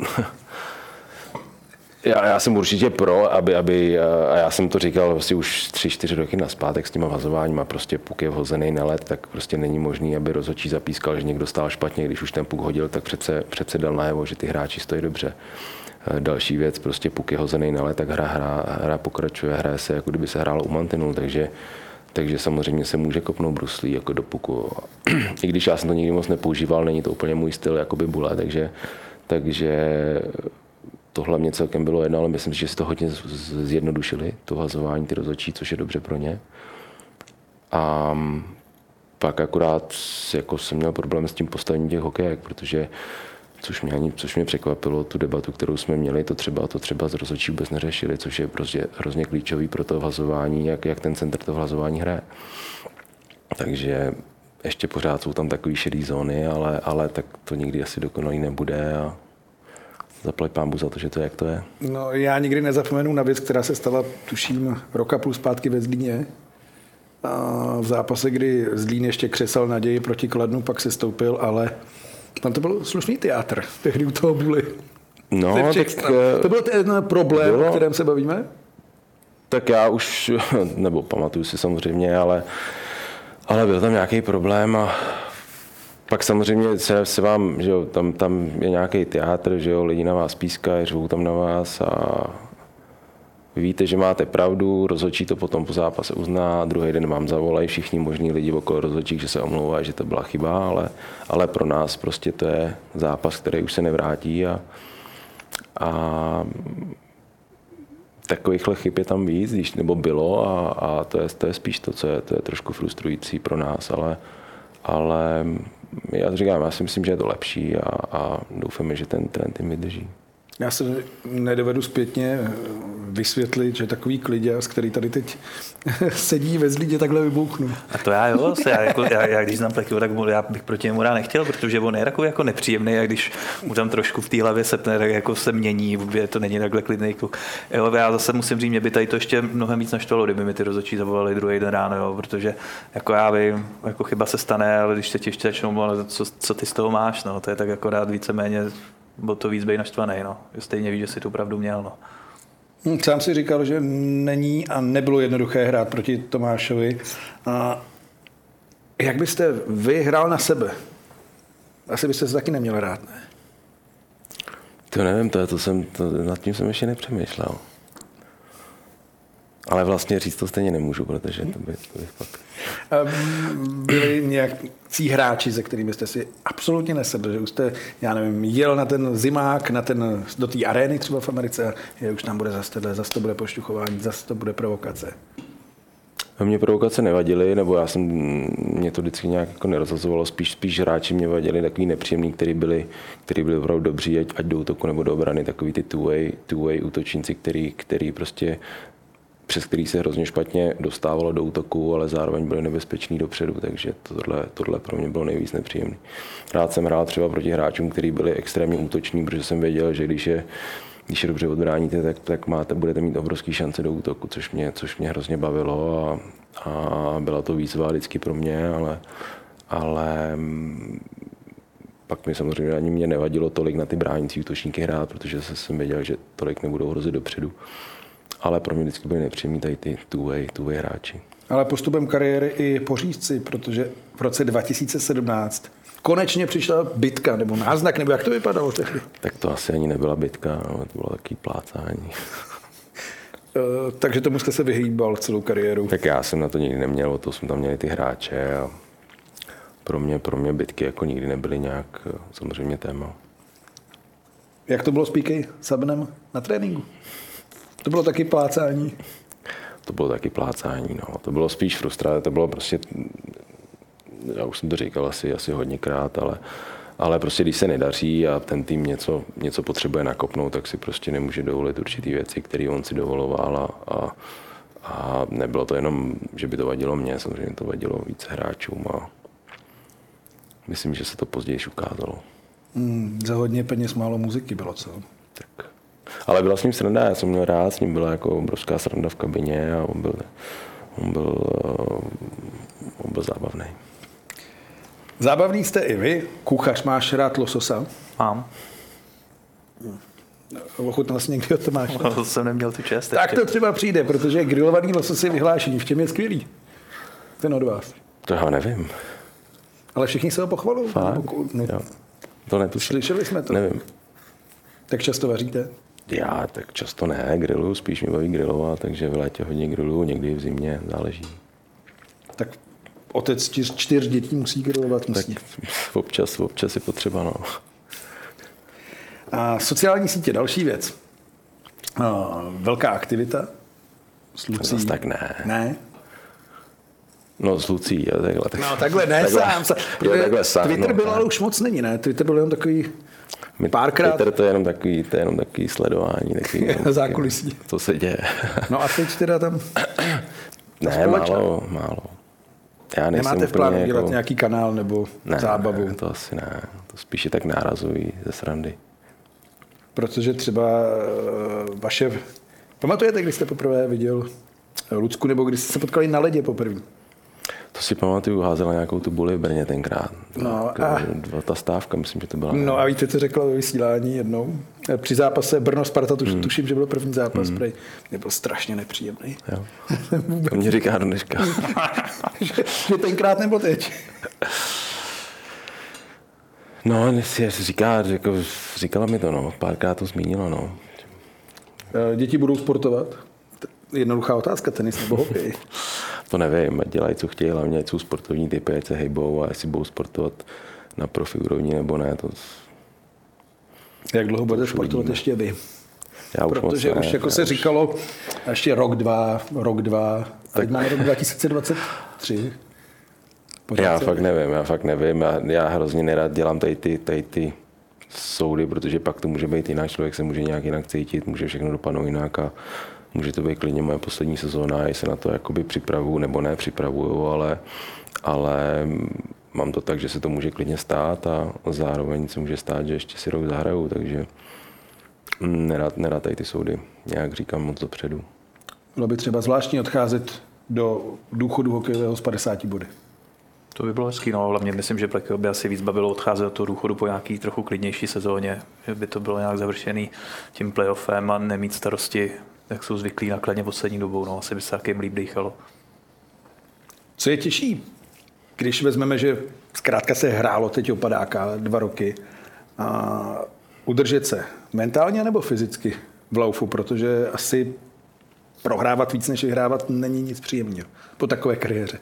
já jsem určitě pro, aby a já jsem to říkal vlastně už 3-4 roky nazpátek s těma vazováníma, prostě puk je vhozený na led, tak prostě není možný, aby rozhodčí zapískal, že někdo stál špatně, když už ten puk hodil, tak přece dal najevo, že ty hráči stojí dobře. Další věc, prostě puk je hozený na led, tak hra pokračuje, hraje se, jako kdyby se hrálo u mantinů, takže samozřejmě se může kopnout bruslí jako do puku. I když já jsem to nikdy moc nepoužíval, není to úplně můj styl, jakoby bule, takže tohle mě celkem bylo jedno, ale myslím si, že si to hodně zjednodušili, to hazování, ty rozhodčí, což je dobře pro ně. A pak akorát jako jsem měl problém s tím postavením těch hokejek, protože což mě překvapilo, tu debatu, kterou jsme měli, to třeba z rozhodčí vůbec neřešili, což je prostě hrozně klíčový pro to hazování, jak ten centr toho hazování hraje. Takže ještě pořád jsou tam takové šedé zóny, ale tak to nikdy asi dokonalý nebude a zaplať pánbu za to, že to je, jak to je. No, já nikdy nezapomenu na věc, která se stala, tuším, roka plus zpátky ve Zlíně. A v zápase, kdy Zlín ještě křesal naději proti Kladnu, pak se stoupil, ale tam to byl slušný teátr, tehdy u toho Buly. No, tak to byl ten problém, o kterém se bavíme? Tak já už, nebo pamatuju si samozřejmě, ale byl tam nějaký problém a pak samozřejmě se vám, že jo, tam je nějaký teátr, že jo, lidi na vás pískají, řvou tam na vás a víte, že máte pravdu, rozhodčí to potom po zápase uzná, druhý den vám zavolají všichni možní lidi okolo rozhodčích, že se omlouvají, že to byla chyba, ale pro nás prostě to je zápas, který už se nevrátí a takovýchhle chyb je tam víc, nebo bylo a to je spíš to, co je trošku frustrující pro nás, ale já říkám, já si myslím, že je to lepší a doufáme, že ten trend jim vydrží. Já se nedovedu zpětně vysvětlit, že takový kliděs, který tady teď sedí ve Zlíně, takhle vybouchnu. A to já jo, já když znám Plekyho, tak já bych proti němu rád nechtěl, protože on je takový jako nepříjemný a když mu tam trošku v té hlavě sepne, tak jako se mění, to není takhle klidný kluk. Jo, já zase musím říct, mě by tady to ještě mnohem víc naštvalo, kdyby mi ty rozhodčí zavolali druhý den ráno, jo, protože jako já vím, jako chyba se stane, ale když se ti ještě začnou, ale co ty z toho máš, no, to je tak akorát víceméně byl to víc bej naštvaný, no. Stejně víš, že si tu pravdu měl, no. Sám si říkal, že není a nebylo jednoduché hrát proti Tomášovi. A jak byste vy hrál na sebe? Asi byste se taky neměl hrát, ne? To nevím, nad tím jsem ještě nepřemýšlel. Ale vlastně říct to stejně nemůžu, protože to by pak... Byli nějaký hráči, se kterými jste si absolutně nesedli, že už jste, já nevím, jel na ten zimák, do té arény třeba v Americe, že už tam bude zase to bude pošťuchování, zase to bude provokace. Mě provokace nevadily, nebo mě to vždycky nějak jako nerozhazovalo, spíš hráči mě vadili takový nepříjemný, který byli opravdu dobří, ať do útoku nebo do obrany, takový ty two-way útočníci, který prostě přes který se hrozně špatně dostávalo do útoku, ale zároveň byli nebezpeční dopředu, takže tohle pro mě bylo nejvíc nepříjemné. Rád jsem hrál třeba proti hráčům, kteří byli extrémně útoční, protože jsem věděl, že když je dobře odbráníte, tak budete mít obrovský šance do útoku, což mě hrozně bavilo a byla to výzva vždycky pro mě, ale pak mi samozřejmě ani mě nevadilo tolik na ty bránící útočníky hrát, protože jsem věděl, že tolik nebudou hrozit dopředu. Ale pro mě vždycky byly nepříjemní tady ty two-way hráči. Ale postupem kariéry i pořízci, protože v roce 2017 konečně přišla bitka, nebo náznak, nebo jak to vypadalo tehdy? Tak to asi ani nebyla bitka, no, to bylo takový plácání. Takže tomu jste se vyhýbal celou kariéru? Tak já jsem na to nikdy neměl, to jsme tam měli ty hráče a pro mě bitky jako nikdy nebyly nějak samozřejmě téma. Jak to bylo s PK Sabanem na tréninku? To bylo taky plácání? To bylo taky plácání, no. To bylo spíš frustrace, to bylo prostě, já už jsem to říkal asi hodněkrát, ale prostě když se nedaří a ten tým něco potřebuje nakopnout, tak si prostě nemůže dovolit určitý věci, které on si dovoloval a nebylo to jenom, že by to vadilo mně, samozřejmě to vadilo více hráčům a myslím, že se to později ukázalo. Za hodně peněz málo muziky bylo, co? Tak. Ale byla s ním sranda, já jsem měl rád, s ním byla jako obrovská sranda v kabině a on byl zábavný. Zábavný jste i vy. Kuchař, máš rád lososa? Mám. Ochutnal jsi někdy od Tomáše? To jsem neměl tu čest. Tak to třeba přijde, protože grilovaný losos je vyhlášení. V čem je skvělý? Ten od vás. To já nevím. Ale všichni se ho pochvalují. Jo. To netuším. Slyšeli jsme to. Nevím. Tak často vaříte? Já tak často ne, griluju, spíš mi baví grilovat, takže v létě hodně griluju, někdy v zimě, záleží. Tak otec 4 dětí musí grilovat, musí. Tak občas je potřeba, no. A sociální sítě, další věc. Velká aktivita. S Lucí. Zas tak ne. Ne? No s Lucí, jo, takhle. Tak, No takhle ne, sám. takhle sám, Twitter no, byl ale už moc není, ne? Twitter byl jenom takový párkrát. Twitter to je jenom takový sledování. Takový, zákulisí. Co se děje. No a teď teda tam... Ne, málo. Já nemáte v plánu dělat nějaký kanál nebo zábavu? Ne, to asi ne. To spíš je tak nárazový ze srandy. Protože třeba vaše... Pamatujete, když jste poprvé viděl Lucku, nebo když jste se potkali na ledě poprvé? To si pamatuju, házela nějakou tu buli v Brně tenkrát. No ta stávka, myslím, že to byla. No a víte, co řekla ve vysílání jednou? Při zápase Brno-Sparta, tuším, že byl první zápas, mě byl strašně nepříjemný. Jo. To mě říká do dneška. že tenkrát nebo teď? No, říkala mi to, no. Párkrát to zmínila, no. Děti budou sportovat? Jednoduchá otázka, tenis nebo hokej? To nevím, dělají, co chtějí, hlavně jsou sportovní typy, ať se hejbou a jestli budou sportovat na profi úrovni nebo ne. To... Jak dlouho budete sportovat ještě vy? Já protože už jako se říkalo, ještě rok, dva, teď máme rok 2023. Já fakt nevím. Já hrozně nerad dělám tady ty soudy, protože pak to může být jinak, člověk se může nějak jinak cítit, může všechno dopadnout jinak a může to být klidně moje poslední sezóna, já se na to jakoby připravuju, nebo ne připravuju, ale mám to tak, že se to může klidně stát a zároveň se může stát, že ještě si rok zahraju, takže nerad tady ty soudy, nějak říkám moc dopředu. Bylo by třeba zvláštní odcházet do důchodu hokejového s 50 body. To by bylo hezký, no, hlavně myslím, že Plekio by asi víc bavilo odcházet do toho důchodu po nějaký trochu klidnější sezóně, že by to bylo nějak završený tím playoffem a nemít starosti, jak jsou zvyklí nakladně poslední dobou, no, asi by se takým líp dýchalo. Co je těžší, když vezmeme, že zkrátka se hrálo teď opadáka 2 roky a udržet se mentálně nebo fyzicky v laufu, protože asi prohrávat víc než vyhrávat není nic příjemného po takové kariéře.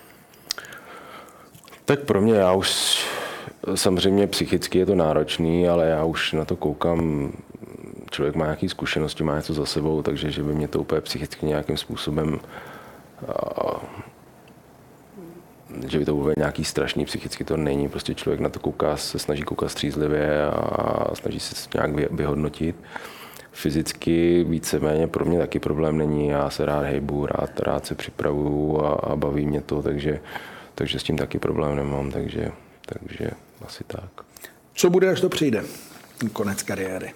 Tak pro mě, já už samozřejmě psychicky je to náročný, ale já už na to koukám, člověk má nějaké zkušenosti, má něco za sebou, takže že by mě to úplně psychicky nějakým způsobem, že by to bylo nějaký strašný, psychicky to není, prostě člověk na to kouká, se snaží koukat střízlivě a snaží se nějak vyhodnotit. Fyzicky víceméně pro mě taky problém není, já se rád hejbu, rád se připravuju a baví mě to, takže s tím taky problém nemám, takže asi tak. Co bude, až to přijde? Konec kariéry.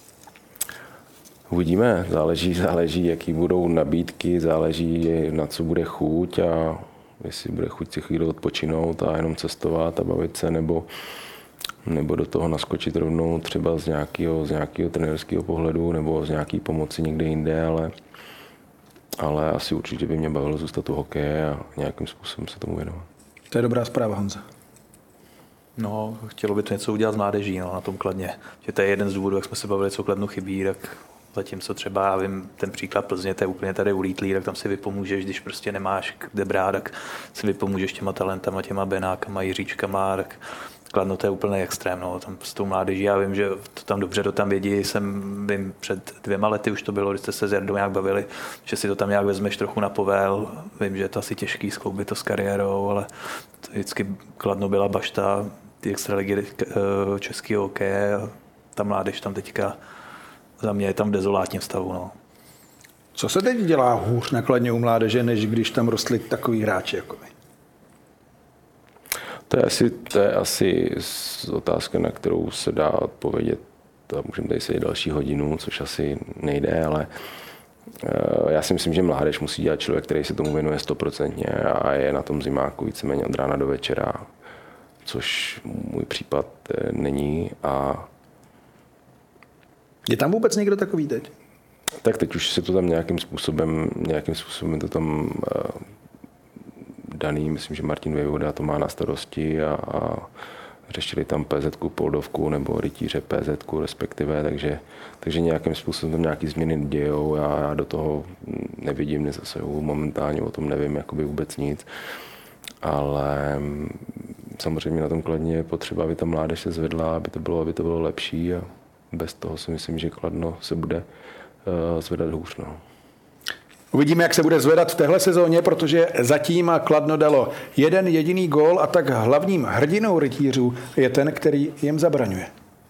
Uvidíme, záleží, jaký budou nabídky, záleží, na co bude chuť a jestli bude chuť si chvíli odpočinout a jenom cestovat a bavit se, nebo do toho naskočit rovnou třeba z nějakého trenérského pohledu nebo z nějaké pomoci někde jinde, ale asi určitě by mě bavilo zůstat u hokeje a nějakým způsobem se tomu věnovat. To je dobrá zpráva, Honza. No, chtělo by to něco udělat s mládeží, no, na tom Kladně. Že to je jeden z důvodů, jak jsme se bavili, co Kladnu chybí, tak zatímco třeba, já vím, ten příklad Plzně, to je úplně tady ulítlý, tak tam si vypomůžeš, když prostě nemáš kde brát, tak si vypomůžeš těma talentama, těma Benákama, Jiříčkama, tak Kladno to je úplný extrém, no, tam s tou mládeží, já vím, že to tam dobře, to tam vědí, vím, před 2 lety už to bylo, když jste se s Jardou nějak bavili, že si to tam nějak vezmeš trochu na povel, vím, že je to asi těžký skloubit to s kariérou, ale vždycky Kladno byla bašta ty extraligy českého hokeje a ta mládež tam teďka za mě je tam v dezolátním stavu, no. Co se teď dělá hůř na Kladně u mládeže, než když tam rostli takový hráči jako vy? To je asi otázka, na kterou se dá odpovědět. Můžeme tady sedět další hodinu, což asi nejde, ale já si myslím, že mládež musí dělat člověk, který se tomu věnuje 100% a je na tom zimáku víceméně od rána do večera, což můj případ není. A je tam vůbec někdo takový teď? Tak teď už se to tam nějakým způsobem to tam daný, myslím, že Martin Vejvoda to má na starosti a řešili tam PZ-ku, Poldovku nebo rytíře PZ-ku respektive, takže nějakým způsobem tam nějaký změny dějou. Já do toho nevidím, nezasahuju momentálně, o tom nevím jakoby vůbec nic, ale samozřejmě na tom Kladně je potřeba, aby ta mládež se zvedla, aby to bylo lepší a bez toho si myslím, že Kladno se bude zvedat hůř. No. Uvidíme, jak se bude zvedat v téhle sezóně, protože zatím Kladno dalo 1 jediný gól a tak hlavním hrdinou rytířů je ten, který jim zabraňuje.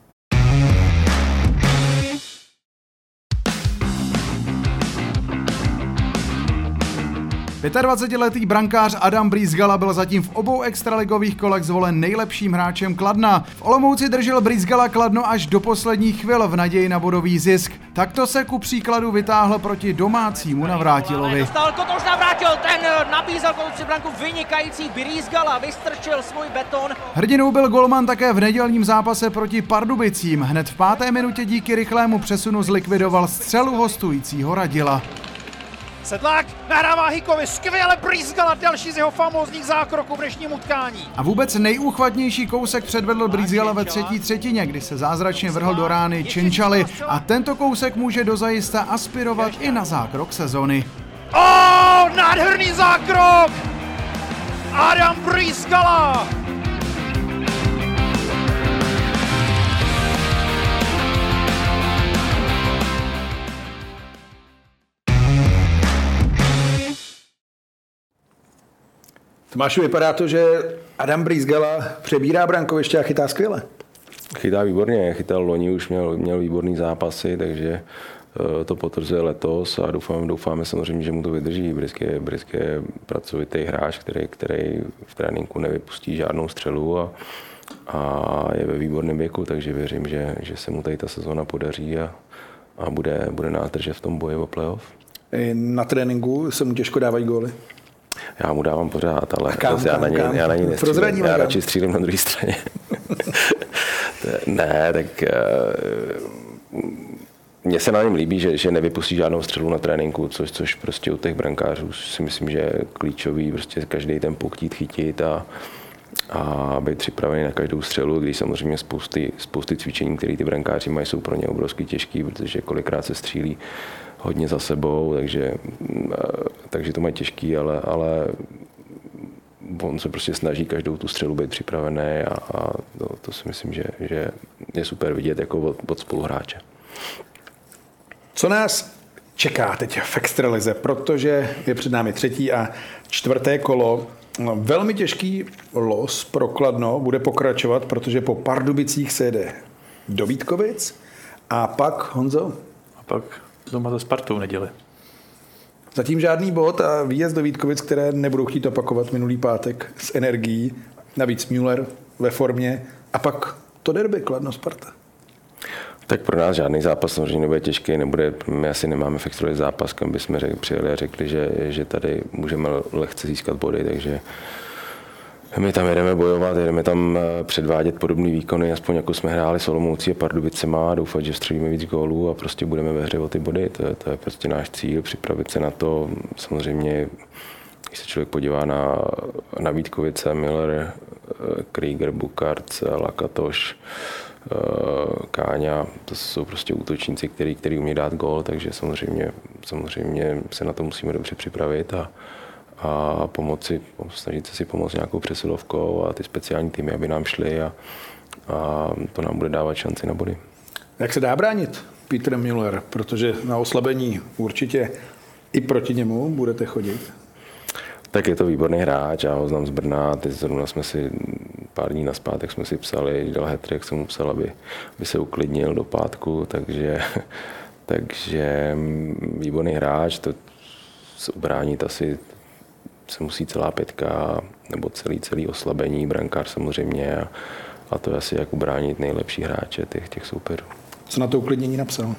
Letý brankář Adam Brýsgala byl zatím v obou extraligových kolech zvolen nejlepším hráčem Kladna. V Olomouci držel Brýsgala Kladno až do posledních chvil v naději na bodový zisk. Takto se ku příkladu vytáhl proti domácímu Navrátilovi. Dostal Kotoš Navrátil, ten nabízel konci branku vynikající Brýsgala, vystrčil svůj beton. Hrdinou byl golman také v nedělním zápase proti Pardubicím. Hned v 5. minutě díky rychlému přesunu zlikvidoval střelu hostujícího Radila. Sedlák nahrává Hikovi, skvěle Brýsgala, další z jeho famózních zákroků v dnešním utkání. A vůbec nejúchvatnější kousek předvedl Brýsgala ve 3. třetině, kdy se zázračně vrhl do rány Čenčaly a tento kousek může dozajista aspirovat i na zákrok sezony. Nádherný zákrok! Adam Brýsgala! Tomáši, vypadá to, že Adam Brýsgala přebírá brankoviště a chytá skvěle. Chytá výborně, chytal loni, už měl výborný zápasy, takže to potvrzuje letos a doufáme samozřejmě, že mu to vydrží. Brysk je pracovitý hráč, který v tréninku nevypustí žádnou střelu a je ve výborném věku, takže věřím, že se mu tady ta sezóna podaří a bude nás držet v tom boji o playoff. Na tréninku se mu těžko dávají góly. Já mu dávám pořád, ale já na ní nestřílím. Já radši střílím na druhé straně. Ne, tak mně se na něm líbí, že nevypustí žádnou střelu na tréninku, což prostě u těch brankářů si myslím, že je klíčový, prostě každý ten puk chtít chytit a být připravený na každou střelu, když samozřejmě spousty cvičení, které ty brankáři mají, jsou pro ně obrovsky těžký, protože kolikrát se střílí hodně za sebou, takže to mají těžký, ale on se prostě snaží každou tu střelu být připravený a to si myslím, že je super vidět jako od spoluhráče. Co nás čeká teď v extralize, protože je před námi 3. a 4. kolo. Velmi těžký los pro Kladno bude pokračovat, protože po Pardubicích se jede do Vítkovic a pak, Honzo? A pak doma za Spartou v neděli. Zatím žádný bod a výjezd do Vítkovic, které nebudou chtít opakovat minulý pátek s energií. Navíc Müller ve formě a pak to derby Kladno-Sparta. Tak pro nás žádný zápas samozřejmě nebude těžký, my asi nemáme v extralize zápas, kam bychom přijeli a řekli, že tady můžeme lehce získat body, takže my tam jedeme bojovat, jedeme tam předvádět podobné výkony, aspoň jako jsme hráli s Olomoucí a Pardubicema a doufat, že střelíme víc gólů a prostě budeme ve hře o ty body. To je prostě náš cíl, připravit se na to. Samozřejmě, když se člověk podívá na Vítkovice, Miller, Krieger, Bukart, Lakatoš, Káňa, to jsou prostě útočníci, který umí dát gól, takže samozřejmě se na to musíme dobře připravit a snažit se si pomoct nějakou přesilovkou a ty speciální týmy, aby nám šly a to nám bude dávat šanci na body. Jak se dá bránit Peter Müller, protože na oslabení určitě i proti němu budete chodit? Tak je to výborný hráč, já ho znám z Brna, teď zrovna jsme si pár dní nazpátek jsme si psali, dal hat-trick, jsem mu psal, aby se uklidnil do pátku, takže výborný hráč, to se ubránit asi se musí celá pětka, nebo celý oslabení, brankář samozřejmě a to je asi jak ubránit nejlepší hráče těch souperů. Co na to uklidnění napsal?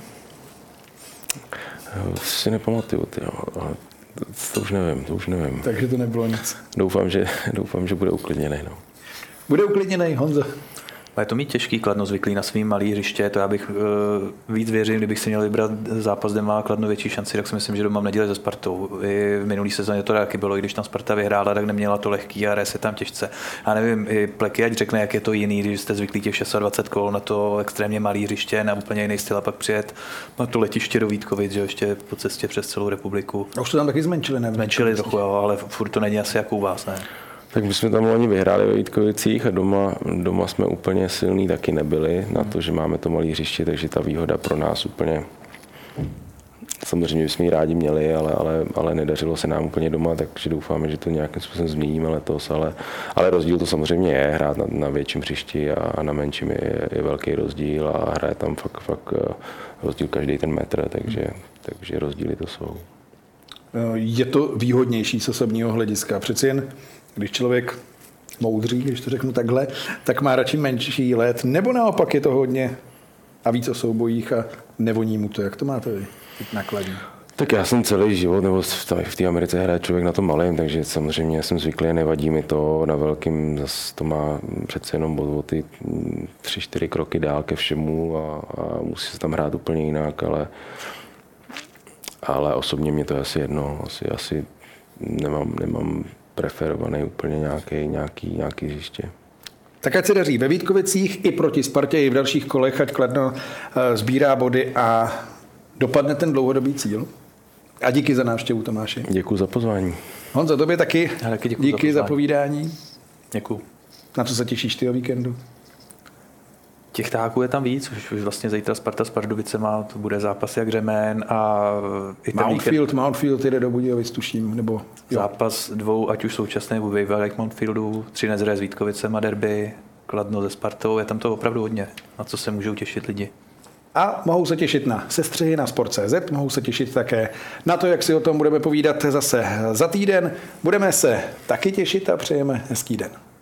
Si nepamatuju, ale to už nevím. Takže to nebylo nic. Doufám, že bude uklidněný. No. Bude uklidněný, Honzo. Ale to mít těžký, Kladno zvyklý na svým malý hřiště, to já bych víc věřil, kdybych si měl vybrat zápas, kde má Kladno větší šanci, tak si myslím, že doma v neděli se Spartou. I v minulý sezóně to taky bylo, i když tam Sparta vyhrála, tak neměla to lehký a hraje se tam těžce. A nevím, i Pleky ať řekne, jak je to jiný, když jste zvyklí těch 26 kol na to extrémně malý hřiště, na úplně jiný styl a pak přijet na to letiště do Vítkovic, že ještě po cestě přes celou republiku. A už to tam taky zmenšili, ne? Zmenšili trochu, jo, ale furt to není asi jako u vás, ne? Tak my jsme tam loni vyhráli ve Vítkovicích a doma jsme úplně silní taky nebyli na to, že máme to malé hřiště, takže ta výhoda pro nás úplně, samozřejmě bychom ji rádi měli, ale nedařilo se nám úplně doma, takže doufáme, že to nějakým způsobem změníme letos, ale rozdíl to samozřejmě je, hrát na větším hřišti a na menším je velký rozdíl a hraje tam fakt rozdíl každý ten metr, takže rozdíly to jsou. Je to výhodnější z osobního hlediska, přeci jen když člověk moudří, když to řeknu takhle, tak má radši menší let, nebo naopak je to hodně a víc o soubojích a nevoní mu to. Jak to máte vy na Kladně? Tak já jsem celý život, nebo v té Americe hraje člověk na tom malém, takže samozřejmě jsem zvyklý, nevadí mi to, na velkým zase to má přece jenom o ty 3-4 kroky dál ke všemu a musí se tam hrát úplně jinak, ale osobně mě to je asi jedno, asi nemám preferovaný úplně nějaký hřiště. Tak ať se daří ve Vítkovicích i proti Spartě, i v dalších kolech, ať Kladno sbírá body a dopadne ten dlouhodobý cíl. A díky za návštěvu, Tomáši. Děkuji za pozvání. Honzo, tobě taky. Díky za povídání. Děkuji. Na co se těšíš ty o víkendu? Těch táků je tam víc, už vlastně zítra Sparta s Pardubicema, to bude zápas jak řemen a i Mountfield jde do Budějovic, tuším, nebo jo. Zápas dvou, ať už současné bývalých Mountfieldů, Třinec hraje s Vítkovicem a derby, Kladno se Spartou, je tam to opravdu hodně, na co se můžou těšit lidi. A mohou se těšit na sestřihy na Sport.cz, mohou se těšit také na to, jak si o tom budeme povídat zase za týden. Budeme se taky těšit a přejeme hezký den.